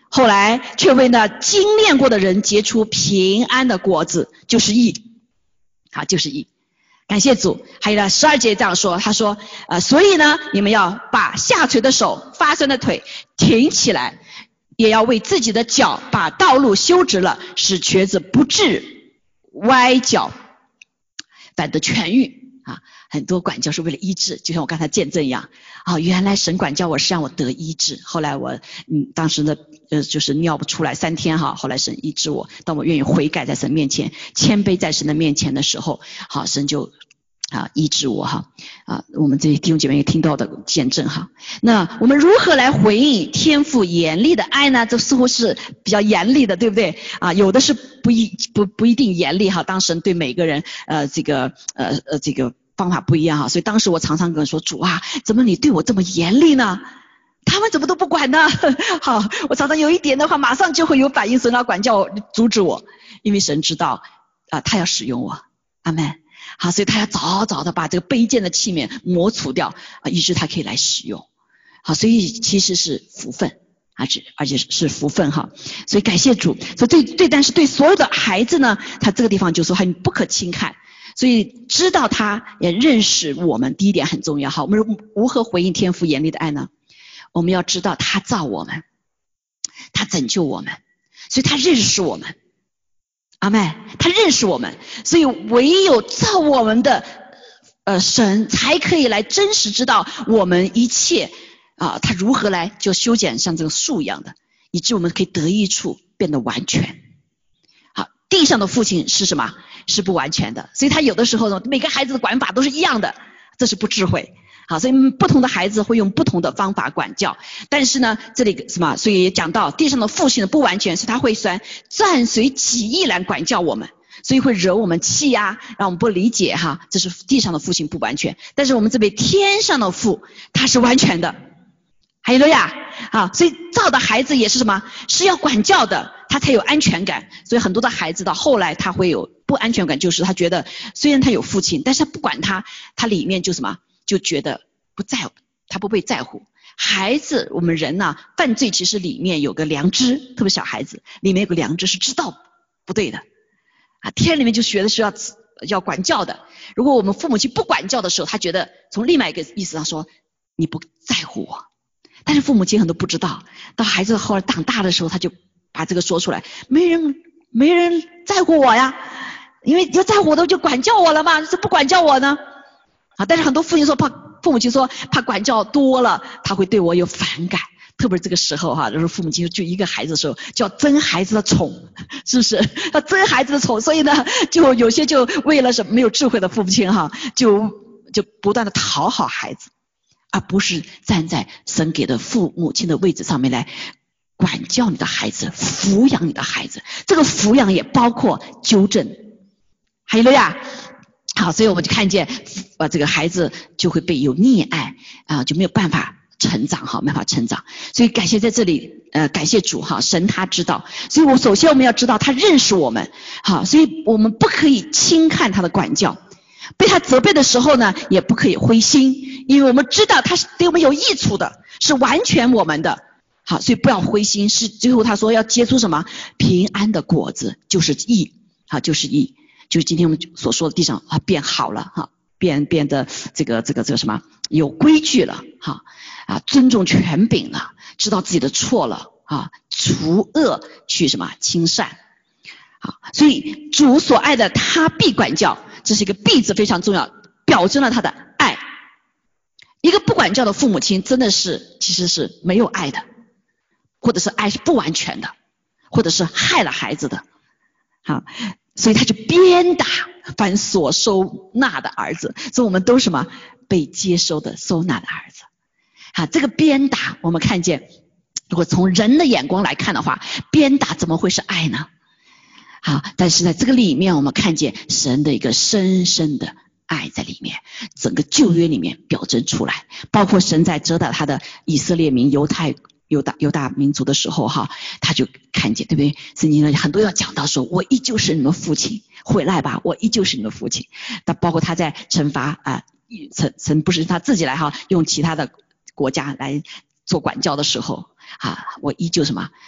后来却为那精炼过的人结出平安的果子，就是义。好，就是义。感谢主。还有呢，12节这样说，他说所以呢，你们要把下垂的手、发酸的腿挺起来，也要为自己的脚把道路修直了，使瘸子不致歪脚，反得痊愈。很多管教是为了医治，就像我刚才见证一样。原来神管教我是让我得医治。后来我当时呢就是尿不出来3天后来神医治我，当我愿意悔改在神面前，谦卑在神的面前的时候，神就医治我我们这些弟兄姐妹也听到的见证那我们如何来回应天父严厉的爱呢？这似乎是比较严厉的，对不对有的是不一定严厉当神对每个人这个方法不一样所以当时我常常跟说，主怎么你对我这么严厉呢？他们怎么都不管呢？我常常有一点的话马上就会有反应，神要管教我，阻止我，因为神知道他要使用我。阿们。所以他要早早的把这个卑贱的器皿磨除掉以致他可以来使用。所以其实是福分而且是福分所以感谢主。所以但是对所有的孩子呢，他这个地方就说你不可轻看。所以知道他也认识我们，第一点很重要我们如何回应天父严厉的爱呢？我们要知道他造我们，他拯救我们，所以他认识我们。阿们，他认识我们，所以唯有造我们的神才可以来真实知道我们一切他如何来就修剪像这个树一样的，以致我们可以得益处，变得完全。地上的父亲是什么？是不完全的，所以他有的时候呢，每个孩子的管法都是一样的，这是不智慧。所以不同的孩子会用不同的方法管教，但是呢，这里什么？所以也讲到地上的父亲的不完全，是他会暂随己意来管教我们，所以会惹我们气让我们不理解这是地上的父亲不完全。但是我们这位天上的父，他是完全的。哈利路亚所以造的孩子也是什么？是要管教的，他才有安全感。所以很多的孩子到后来他会有不安全感，就是他觉得虽然他有父亲，但是他不管他里面就什么？就觉得不在乎，他不被在乎。孩子，我们人犯罪其实里面有个良知，特别小孩子里面有个良知是知道不对的天里面就学的是要管教的。如果我们父母亲不管教的时候，他觉得从另外一个意思上说你不在乎我，但是父母亲很多不知道，到孩子后来长大的时候，他就把这个说出来，没人在乎我呀，因为要在乎我的就管教我了嘛，是不管教我呢但是很多父母亲说怕管教多了他会对我有反感，特别是这个时候就是父母亲就一个孩子的时候就要争孩子的宠，是不是要争孩子的宠？所以呢就有些就为了什么没有智慧的父母亲就不断的讨好孩子，而不是站在神给的父母亲的位置上面来管教你的孩子，抚养你的孩子。这个抚养也包括纠正。哈利路亚。所以我们就看见这个孩子就会被有溺爱就没有办法成长没办法成长。所以感谢在这里感谢主神他知道。所以首先我们要知道他认识我们所以我们不可以轻看他的管教，被他责备的时候呢也不可以灰心，因为我们知道他是对我们有益处的，是完全我们的所以不要灰心。是最后他说要结出什么？平安的果子，就是义就是义，就是今天我们所说的地上变好了变得这个什么有规矩了尊重权柄了，知道自己的错了除恶去什么亲善所以主所爱的他必管教，这是一个必字非常重要，表征了他的爱。一个不管教的父母亲真的是其实是没有爱的，或者是爱是不完全的，或者是害了孩子的所以他就鞭打凡所收纳的儿子。所以我们都是什么？被接收的收纳的儿子这个鞭打我们看见，如果从人的眼光来看的话，鞭打怎么会是爱呢？但是在这个里面我们看见神的一个深深的爱在里面，整个旧约里面表征出来，包括神在责打他的以色列民犹大民族的时候他就看见，对不对？圣经很多要讲到说我依旧是你们父亲，回来吧，我依旧是你们父亲。但包括他在惩罚神不是他自己来用其他的国家来做管教的时候我依旧什么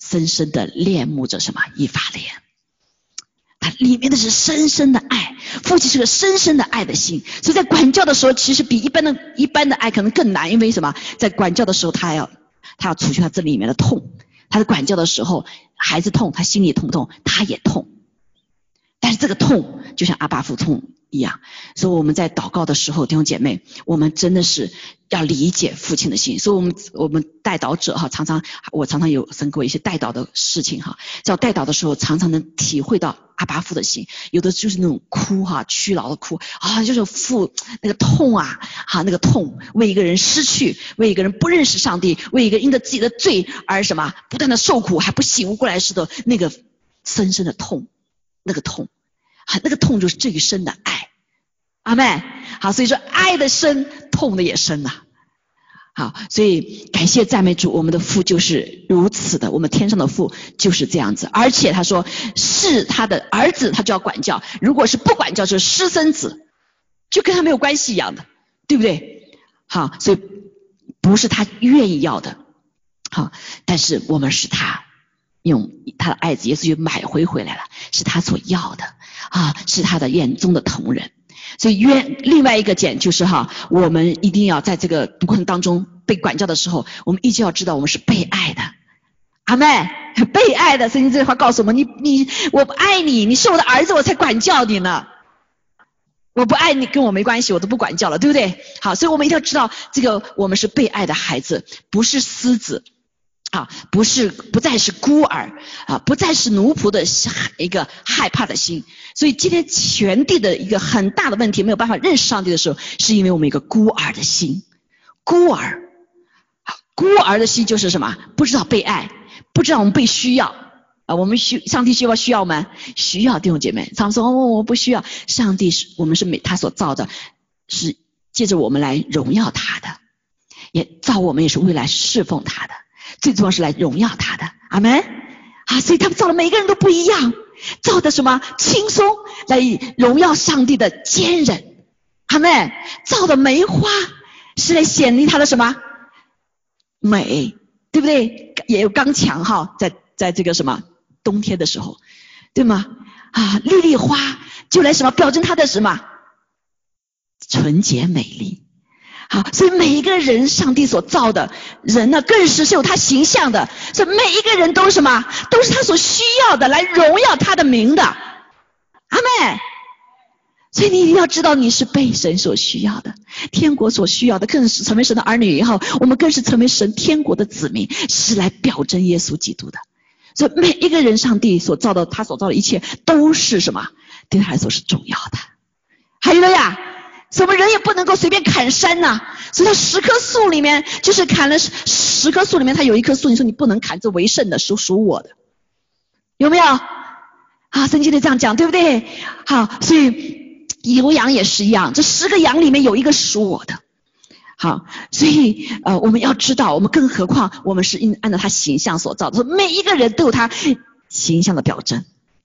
深深的恋慕着什么？以法莲。它里面的是深深的爱，父亲是个深深的爱的心，所以在管教的时候，其实比一般的爱可能更难，因为什么？在管教的时候，他要除去他这里面的痛。他在管教的时候，孩子痛，他心里痛不痛？他也痛。但是这个痛就像阿爸父痛一样，所以我们在祷告的时候，弟兄姐妹，我们真的是要理解父亲的心。所以我们代祷者哈，我常常有生过一些代祷的事情哈，在代祷的时候，常常能体会到阿爸父的心，有的就是那种哭哈，屈劳的哭啊，就是父那个痛啊，哈，那个痛，为一个人失去，为一个人不认识上帝，为一个因着自己的罪而什么不断的受苦，还不醒悟过来似的，那个深深的痛，那个痛。那个痛就是最深的爱，阿们。好，所以说爱的深，痛的也深呐。好，所以感谢赞美主，我们的父就是如此的，我们天上的父就是这样子。而且他说是他的儿子，他就要管教；如果是不管教，就是私生子，就跟他没有关系一样的，对不对？好，所以不是他愿意要的，好，但是我们是他用他的爱子耶稣就买回来了，是他所要的啊，是他的眼中的瞳人。所以另外一个点就是哈，我们一定要在这个过程当中被管教的时候，我们一直要知道我们是被爱的，阿们，被爱的。圣经这句话告诉我们，我不爱你，你是我的儿子，我才管教你呢。我不爱你跟我没关系，我都不管教了，对不对？好，所以我们一定要知道这个我们是被爱的孩子，不是私子啊，不再是孤儿啊，不再是奴仆的一个害怕的心。所以今天全地的一个很大的问题，没有办法认识上帝的时候，是因为我们一个孤儿的心。孤儿的心就是什么？不知道被爱，不知道我们被需要啊。我们上帝需要我们，需要弟兄姐妹。他们说我不需要，上帝我们是他所造的，是借着我们来荣耀他的，也造我们也是未来侍奉他的。最重要是来荣耀他的，阿们啊！所以他们造的每个人都不一样，造的什么轻松来荣耀上帝的坚韧，阿们造的梅花是来显丽他的什么美，对不对？也有刚强哈，在这个什么冬天的时候，对吗？啊，莉莉花就来什么表征他的什么纯洁美丽。好，所以每一个人上帝所造的人呢，更是有他形象的，所以每一个人都是什么？都是他所需要的，来荣耀他的名的，阿们。所以你一定要知道你是被神所需要的，天国所需要的，更是成为神的儿女以后，我们更是成为神天国的子民，是来表征耶稣基督的。所以每一个人上帝所造的，他所造的一切都是什么？对他来说是重要的。哈利路亚！什么人也不能够随便砍山呐，所以他10棵树里面就是砍了10棵树里面，他有一棵树，你说你不能砍，这为圣的，属我的，有没有啊？圣经里这样讲，对不对？好，所以牛羊也是一样，这10个羊里面有一个属我的。好，所以我们要知道，我们更何况我们是按照他形象所造的，每一个人都有他形象的表征。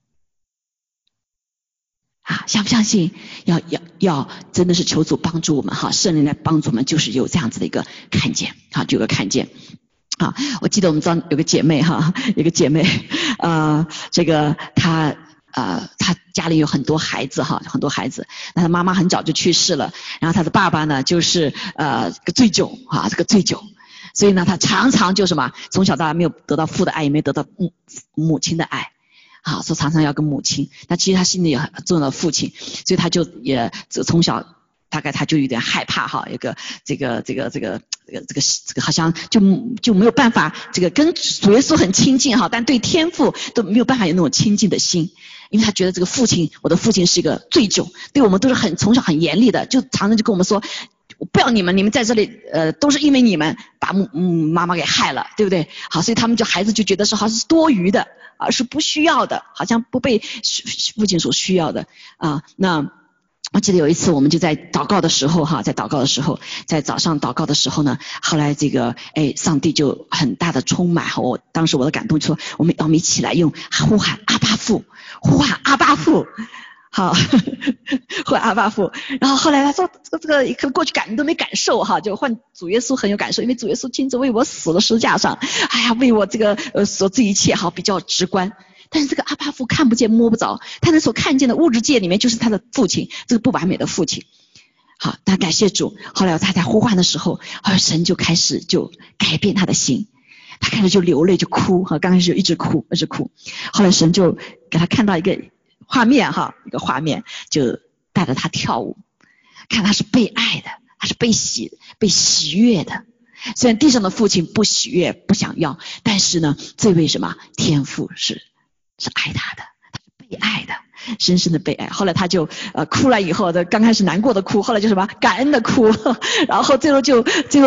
啊，相不相信？要真的是求主帮助我们哈，圣灵来帮助我们，就是有这样子的一个看见，好，就有个看见。啊，我记得我们知道有个姐妹哈，有个姐妹，这个她家里有很多孩子哈，很多孩子，那她妈妈很早就去世了，然后她的爸爸呢就是个醉酒啊，这个醉酒，所以呢她常常就什么，从小到大没有得到父的爱，也没有得到母亲的爱。好，说常常要跟母亲，但其实他心里也很重要的父亲，所以他就也从小大概他就有点害怕哈，有个这个好像就没有办法这个跟主耶稣很亲近哈，但对天父都没有办法有那种亲近的心，因为他觉得这个父亲，我的父亲是一个醉酒，对我们都是从小很严厉的，就常常就跟我们说，我不要你们在这里都是因为你们把妈妈给害了，对不对？好，所以他们孩子就觉得好像是多余的啊，是不需要的，好像不被父亲所需要的啊。那我记得有一次我们就在祷告的时候哈，在早上祷告的时候呢，后来这个上帝就很大的充满，当时我的感动就说我们一起来用呼喊阿爸父，呼喊阿爸父好，或阿爸父，然后后来他说这个可能过去都没感受哈，就换主耶稣很有感受，因为主耶稣亲自为我死了十字架上，哎呀，为我这个所这一切哈比较直观。但是这个阿爸父看不见摸不着，他那所看见的物质界里面就是他的父亲，这个不完美的父亲。好，但感谢主，后来他在呼唤的时候，神就开始就改变他的心，他开始就流泪就哭哈，刚开始就一直哭，后来神就给他看到一个画面哈，一个画面就带着他跳舞，看他是被爱的，他是被喜悦的。虽然地上的父亲不喜悦不想要，但是呢，这位什么天父是爱他的，他是被爱的，深深的被爱。后来他就哭了以后的，刚开始难过的哭，后来就什么感恩的哭，然后最后就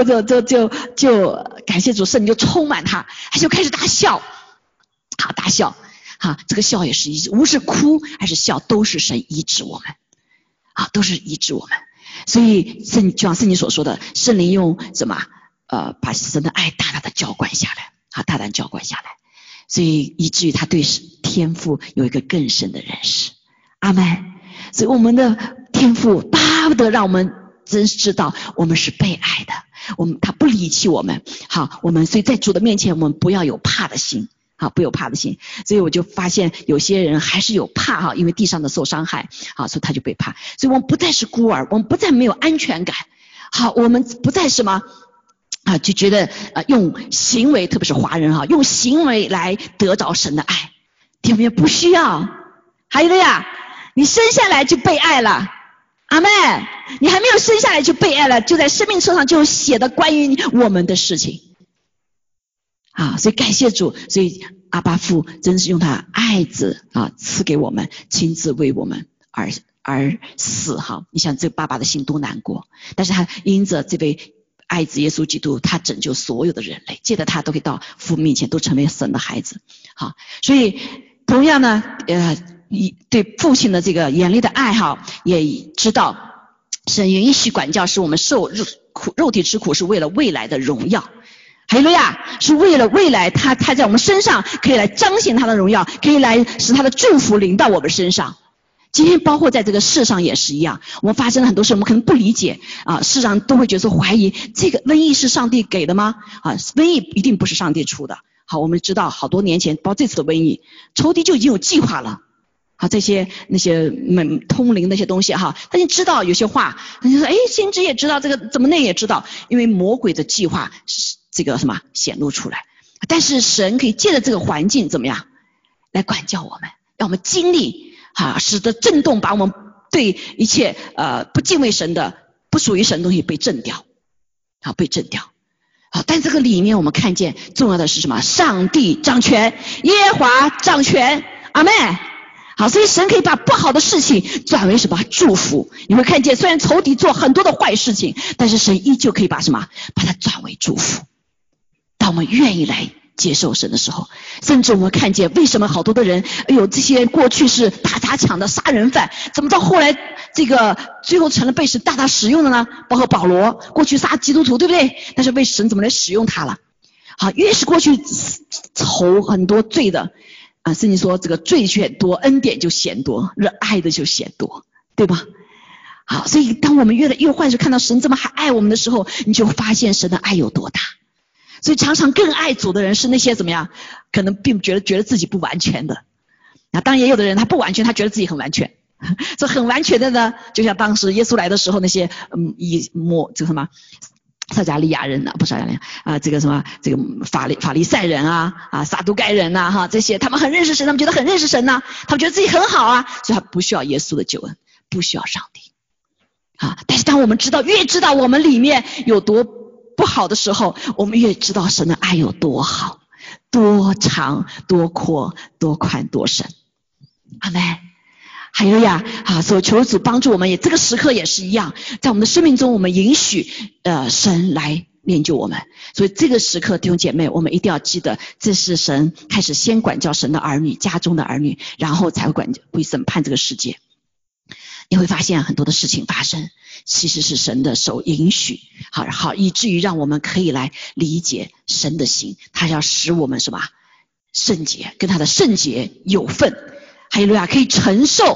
感谢主，圣灵就充满他，他就开始大笑，好大笑。这个笑也是无是哭还是笑，都是神医治我们，都是医治我们。所以就像圣经所说的，圣灵用什么把神的爱大大的浇灌下来，大大浇灌下来，所以以至于他对天父有一个更深的认识。阿们。所以我们的天父巴不得让我们真知道我们是被爱的，他不离弃我们。好，我们所以在主的面前，我们不要有怕的心。好，不有怕的心。所以我就发现有些人还是有怕哈，因为地上的受伤害，好，所以他就被怕。所以我们不再是孤儿，我们不再没有安全感。好，我们不再什么就觉得用行为，特别是华人用行为来得着神的爱，天父不需要。还有的呀，你生下来就被爱了，阿们。你还没有生下来就被爱了，就在生命册上就写的关于我们的事情。所以感谢主，所以阿爸父真是用他爱子赐给我们，亲自为我们而死哈。你想这爸爸的心多难过，但是他因着这位爱子耶稣基督，他拯救所有的人类，借着他都可以到父面前，都成为神的孩子。好，所以同样呢对父亲的这个严厉的爱也知道神允许管教是我们受肉体之苦，是为了未来的荣耀。哈利路亚，是为了未来他在我们身上可以来彰显他的荣耀，可以来使他的祝福临到我们身上。今天包括在这个世上也是一样，我们发生了很多事，我们可能不理解世上都会觉得说怀疑这个瘟疫是上帝给的吗？瘟疫一定不是上帝出的。好，我们知道好多年前，包括这次的瘟疫，仇敌就已经有计划了。好，那些通灵那些东西他就知道有些话，他就说先知也知道这个，怎么那也知道，因为魔鬼的计划是这个什么显露出来。但是神可以借着这个环境怎么样来管教我们，让我们经历使得震动，把我们对一切不敬畏神的不属于神的东西被震掉，被震掉。但这个里面我们看见重要的是什么？上帝掌权，耶和华掌权，阿们。好，所以神可以把不好的事情转为什么？祝福。你会看见虽然仇敌做很多的坏事情，但是神依旧可以把什么？把它转为祝福。当我们愿意来接受神的时候，甚至我们看见为什么好多的人这些过去是打砸抢的杀人犯，怎么到后来这个最后成了被神大大使用的呢？包括保罗过去杀基督徒，对不对？但是为神怎么来使用他了？好，越是过去仇很多罪的圣经说这个罪却多，恩典就显多，爱的就显多，对吧？好，所以当我们越换是看到神这么还爱我们的时候，你就发现神的爱有多大。所以常常更爱主的人是那些怎么样？可能并觉得自己不完全的。当然也有的人他不完全，他觉得自己很完全。这很完全的呢，就像当时耶稣来的时候，那些这个什么撒迦利亚人不是撒迦利亚这个什么这个法利赛人撒都该人这些他们很认识神，他们觉得很认识神他们觉得自己很好所以他不需要耶稣的救恩，不需要上帝但是当我们越知道我们里面有多不好的时候，我们越知道神的爱有多好，多长多阔多宽多深。阿们。哈利路亚所以求主帮助我们，这个时刻也是一样，在我们的生命中我们允许神来练就我们。所以这个时刻弟兄姐妹，我们一定要记得，这是神开始先管教神的儿女，家中的儿女，然后才会审判这个世界。你会发现很多的事情发生其实是神的手允许，好以至于让我们可以来理解神的心，他要使我们什么圣洁，跟他的圣洁有份。哈利路亚，可以承受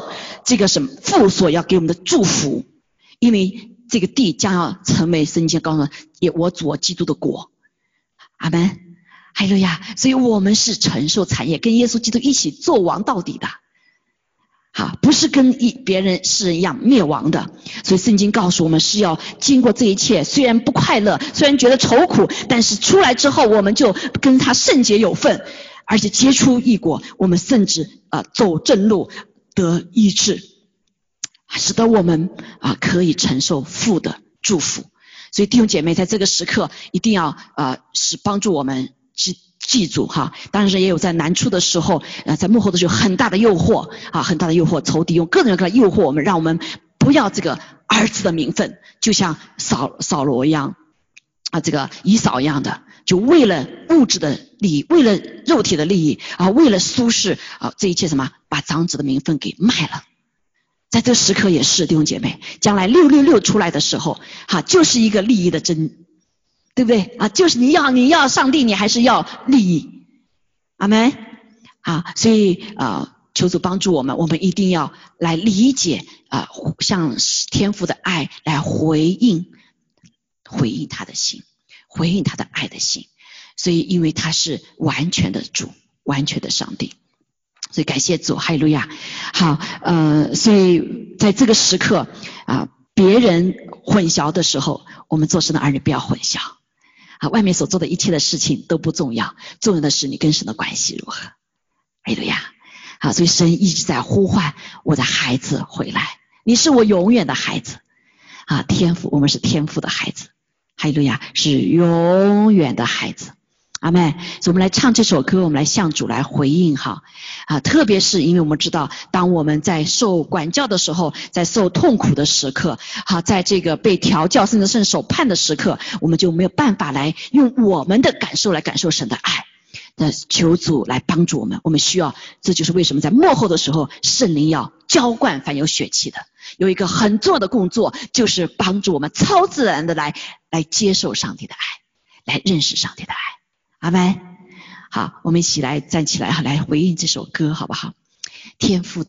这个什么父所要给我们的祝福，因为这个地将要成为圣经告诉我主基督的国。阿们，哈利路亚。所以我们是承受产业，跟耶稣基督一起做王到底的。好，不是跟别人是一样灭亡的。所以圣经告诉我们是要经过这一切，虽然不快乐，虽然觉得愁苦，但是出来之后我们就跟他圣洁有份，而且结出义果，我们甚至走正路得医治，使得我们可以承受父的祝福。所以弟兄姐妹在这个时刻一定要是帮助我们记住哈，当然也有在难处的时候，在幕后的时候很大的诱惑很大的诱惑，仇敌用各种各样的诱惑我们，让我们不要这个儿子的名分，就像扫罗一样这个以扫一样的，就为了物质的利益，为了肉体的利益为了舒适这一切什么，把长子的名分给卖了。在这个时刻也是弟兄姐妹，将来666出来的时候就是一个利益的争，对不对就是你要上帝，你还是要利益。阿们。所以求主帮助我们，我们一定要来理解像天父的爱来回应他的心，回应他的爱的心。所以因为他是完全的主，完全的上帝，所以感谢主，哈利路亚。好，所以在这个时刻别人混淆的时候，我们做神的儿女不要混淆外面所做的一切的事情都不重要，重要的是你跟神的关系如何。哈利路亚。好，所以神一直在呼唤我的孩子回来，你是我永远的孩子天父，我们是天父的孩子，哈利路亚，是永远的孩子。阿们。所以我们来唱这首歌，我们来向主来回应特别是因为我们知道，当我们在受管教的时候，在受痛苦的时刻在这个被调教甚至手判的时刻，我们就没有办法来用我们的感受来感受神的爱。求主来帮助我们，我们需要，这就是为什么在末后的时候圣灵要浇灌凡有血气的，有一个很重要的工作，就是帮助我们超自然的来接受上帝的爱，来认识上帝的爱。阿们。好，我们一起来站起来来回应这首歌好不好？天父。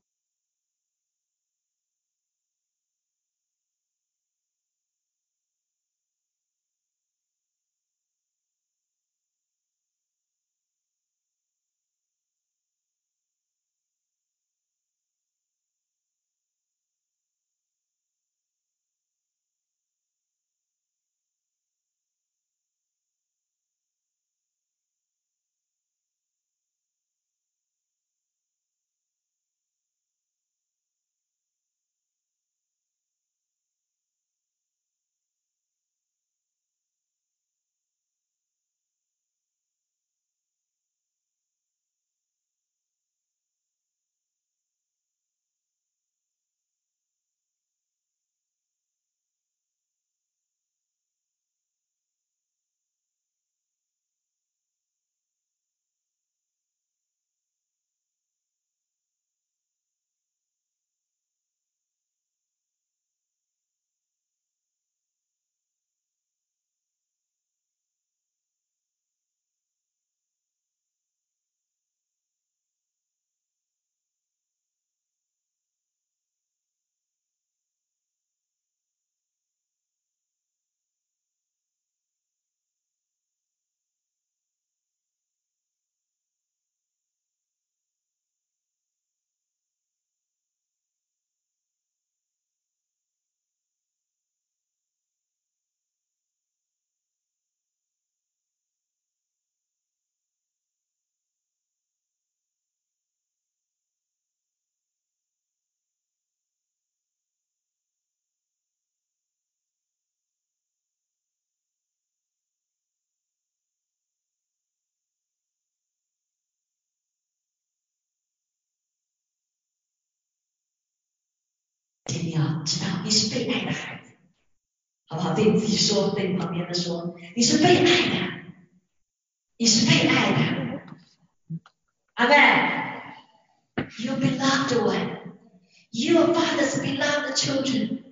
请你要知道你是被爱的孩子，好不好？对你自己说，对你旁边的说，你是被爱的，你是被爱的。阿们。You beloved one, you are Father's beloved children。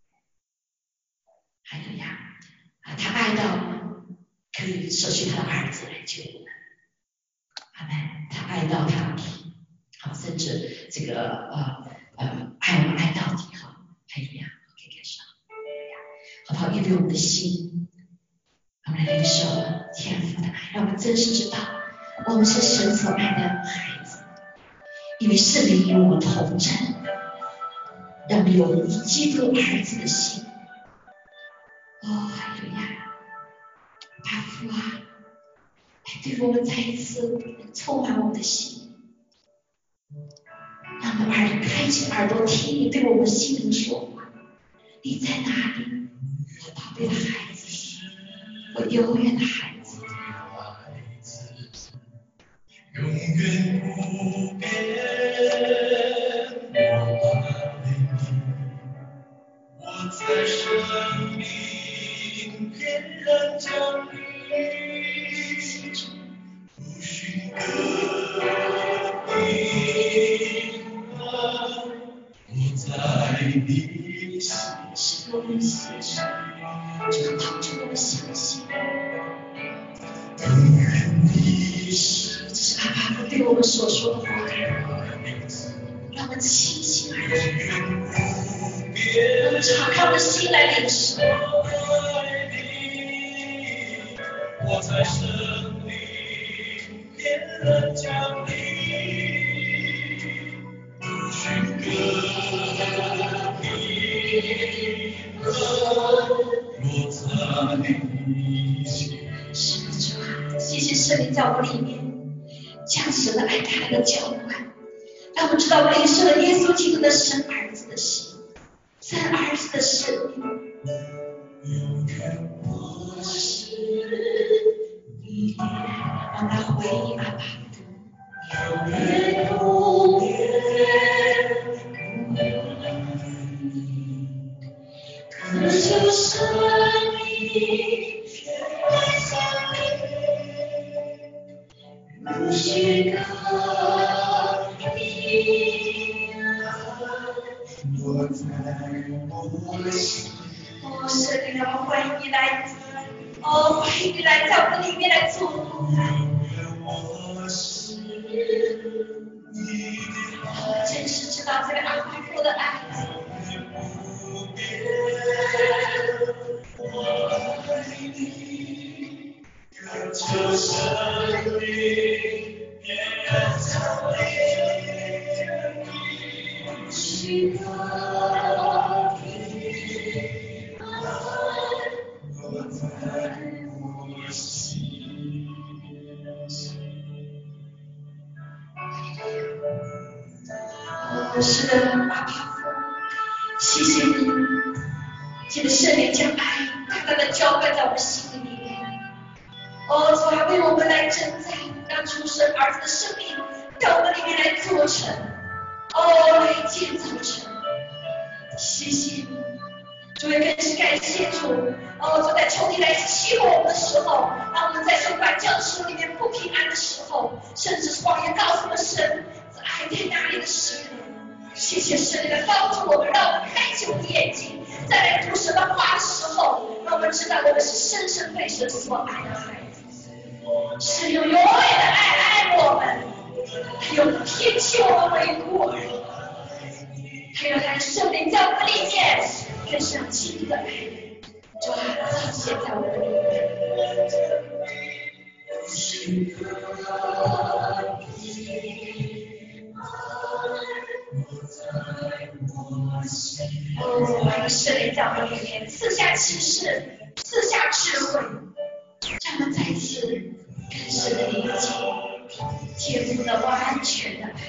哈利路亚。他爱到可以舍去他的儿子来救我们。阿们。他爱到他甚至这个爱我我们来领受天父的爱，让我们真实知道我们是神所爱的孩子，因为圣灵与我们同在，让我们有基督儿子的心。哈利路亚！阿父啊，对我们再一次充满我们的心，让我们开启耳朵听你对我们心灵说话。你在哪里？我宝贝的孩子，我永远的孩子， 永远不变。我在生命天然降临，不寻个平安。我在你心， 使我们心上，就是帮助我们相信。 永远你是这是阿爸父对我们所说的话，让我们清醒而听，让我们敞开我们的心来领受。 我在生命天然降临，不寻个平安。我在你心。 是的，主啊，谢谢圣灵在我们里面将神的爱带来的浇灌，让我们知道我们领受了耶稣基督的生儿子的心，生儿子的生命。我是你，让我们来回应阿爸父，永远不变，渴求生命来降临，不许个平安。 我在我心， 圣灵，让我欢迎你来，欢迎你来在我们里面来做工。 我是你真是知道这个阿爸父的爱， 不变。我爱你，渴求生命天然降临，不许个平安。我在我心。 是的，阿爸父，谢谢你，记得圣灵将爱大大的浇灌在我们心里面。主啊，为我们来征战，让主神儿子的生命在我们里面来做成，来建造成。谢谢你，主也更是感谢主，主在仇敌来欺负我们的时候，让我们在这管教的时候里面不平安的时候，甚至是谎言告诉我们神爱在哪里的时候，谢谢神来帮助我们，让我们开启我们的眼睛，再来读神的话的时候，让我们知道我们是深深被神所爱的孩子，是用永远的爱我们，还有撇弃我们为孤儿，还有他的圣灵在我们里面，更是让基督的爱，主啊，彰显在我们里面。还有圣灵在我们里面赐下启示，赐下智慧，让我们再次更深的理解天父的完全的爱，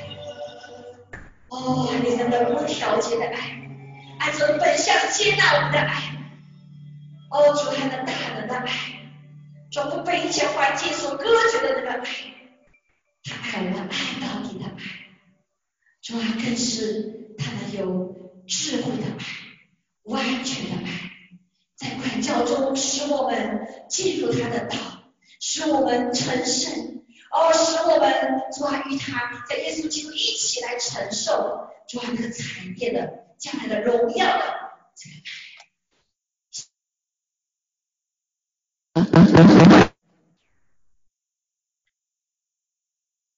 你们的无条件的爱，按照本相接纳我们的爱，主还能大能的爱，主不被一切环境所隔绝的那个爱，他爱我们爱到底的爱，主更是他们有智慧的爱，完全的爱，在管教中使我们进入他的道，使我们成圣，使我们主与他在耶稣基督一起来承受主那个产业的将来的荣耀的这个爱。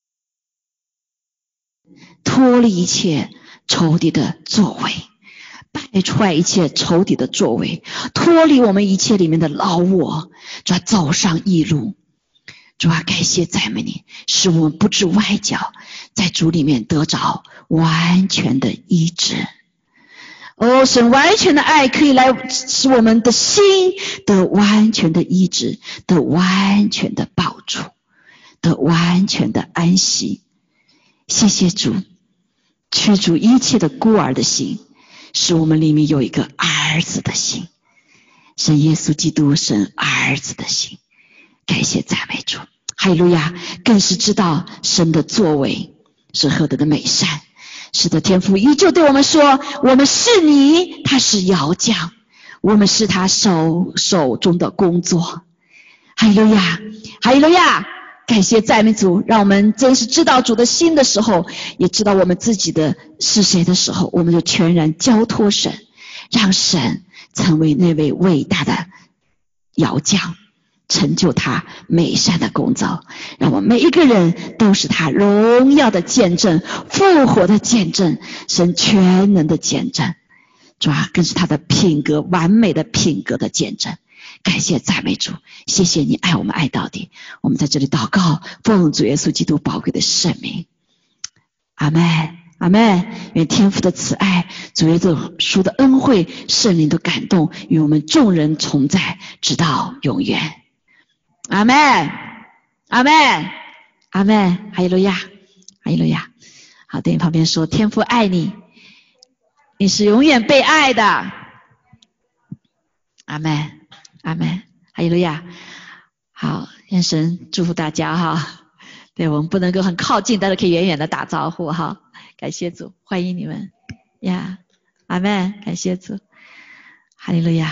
脱离一切仇敌的作为， 败坏一切仇敌的作为，脱离我们一切里面的老我，主啊，走上义路。主啊，感谢赞美你，使我们不致歪脚，在主里面得着完全的医治。哦，神完全的爱可以来使我们的心得完全的医治，得完全的抱住，得完全的安息。谢谢主，驱逐一切的孤儿的心，使我们里面有一个儿子的心。神耶稣基督，神儿子的心。感谢赞美主，哈利路亚！更是知道神的作为是何等的美善。是的，天父依旧对我们说，我们是你，他是窑匠，我们是他手中的工作。哈利路亚，哈利路亚！感谢赞美主，让我们真是知道主的心的时候，也知道我们自己的是谁的时候，我们就全然交托神，让神成为那位伟大的窑匠，成就他美善的工作，让我们每一个人都是他荣耀的见证，复活的见证，神全能的见证。主啊，更是他的品格，完美的品格的见证。感谢赞美主，谢谢你爱我们爱到底。我们在这里祷告，奉主耶稣基督宝贵的圣名，阿们阿们。愿天父的慈爱，主耶稣的恩惠，圣灵的感动，与我们众人同在，直到永远。阿们阿们阿们，哈利路亚哈利路亚。好，对你旁边说，天父爱你，你是永远被爱的。阿们阿们，哈利路亚。好，愿神祝福大家哈。对，我们不能够很靠近，但是可以远远的打招呼哈。感谢主，欢迎你们呀。阿们，感谢主，哈利路亚。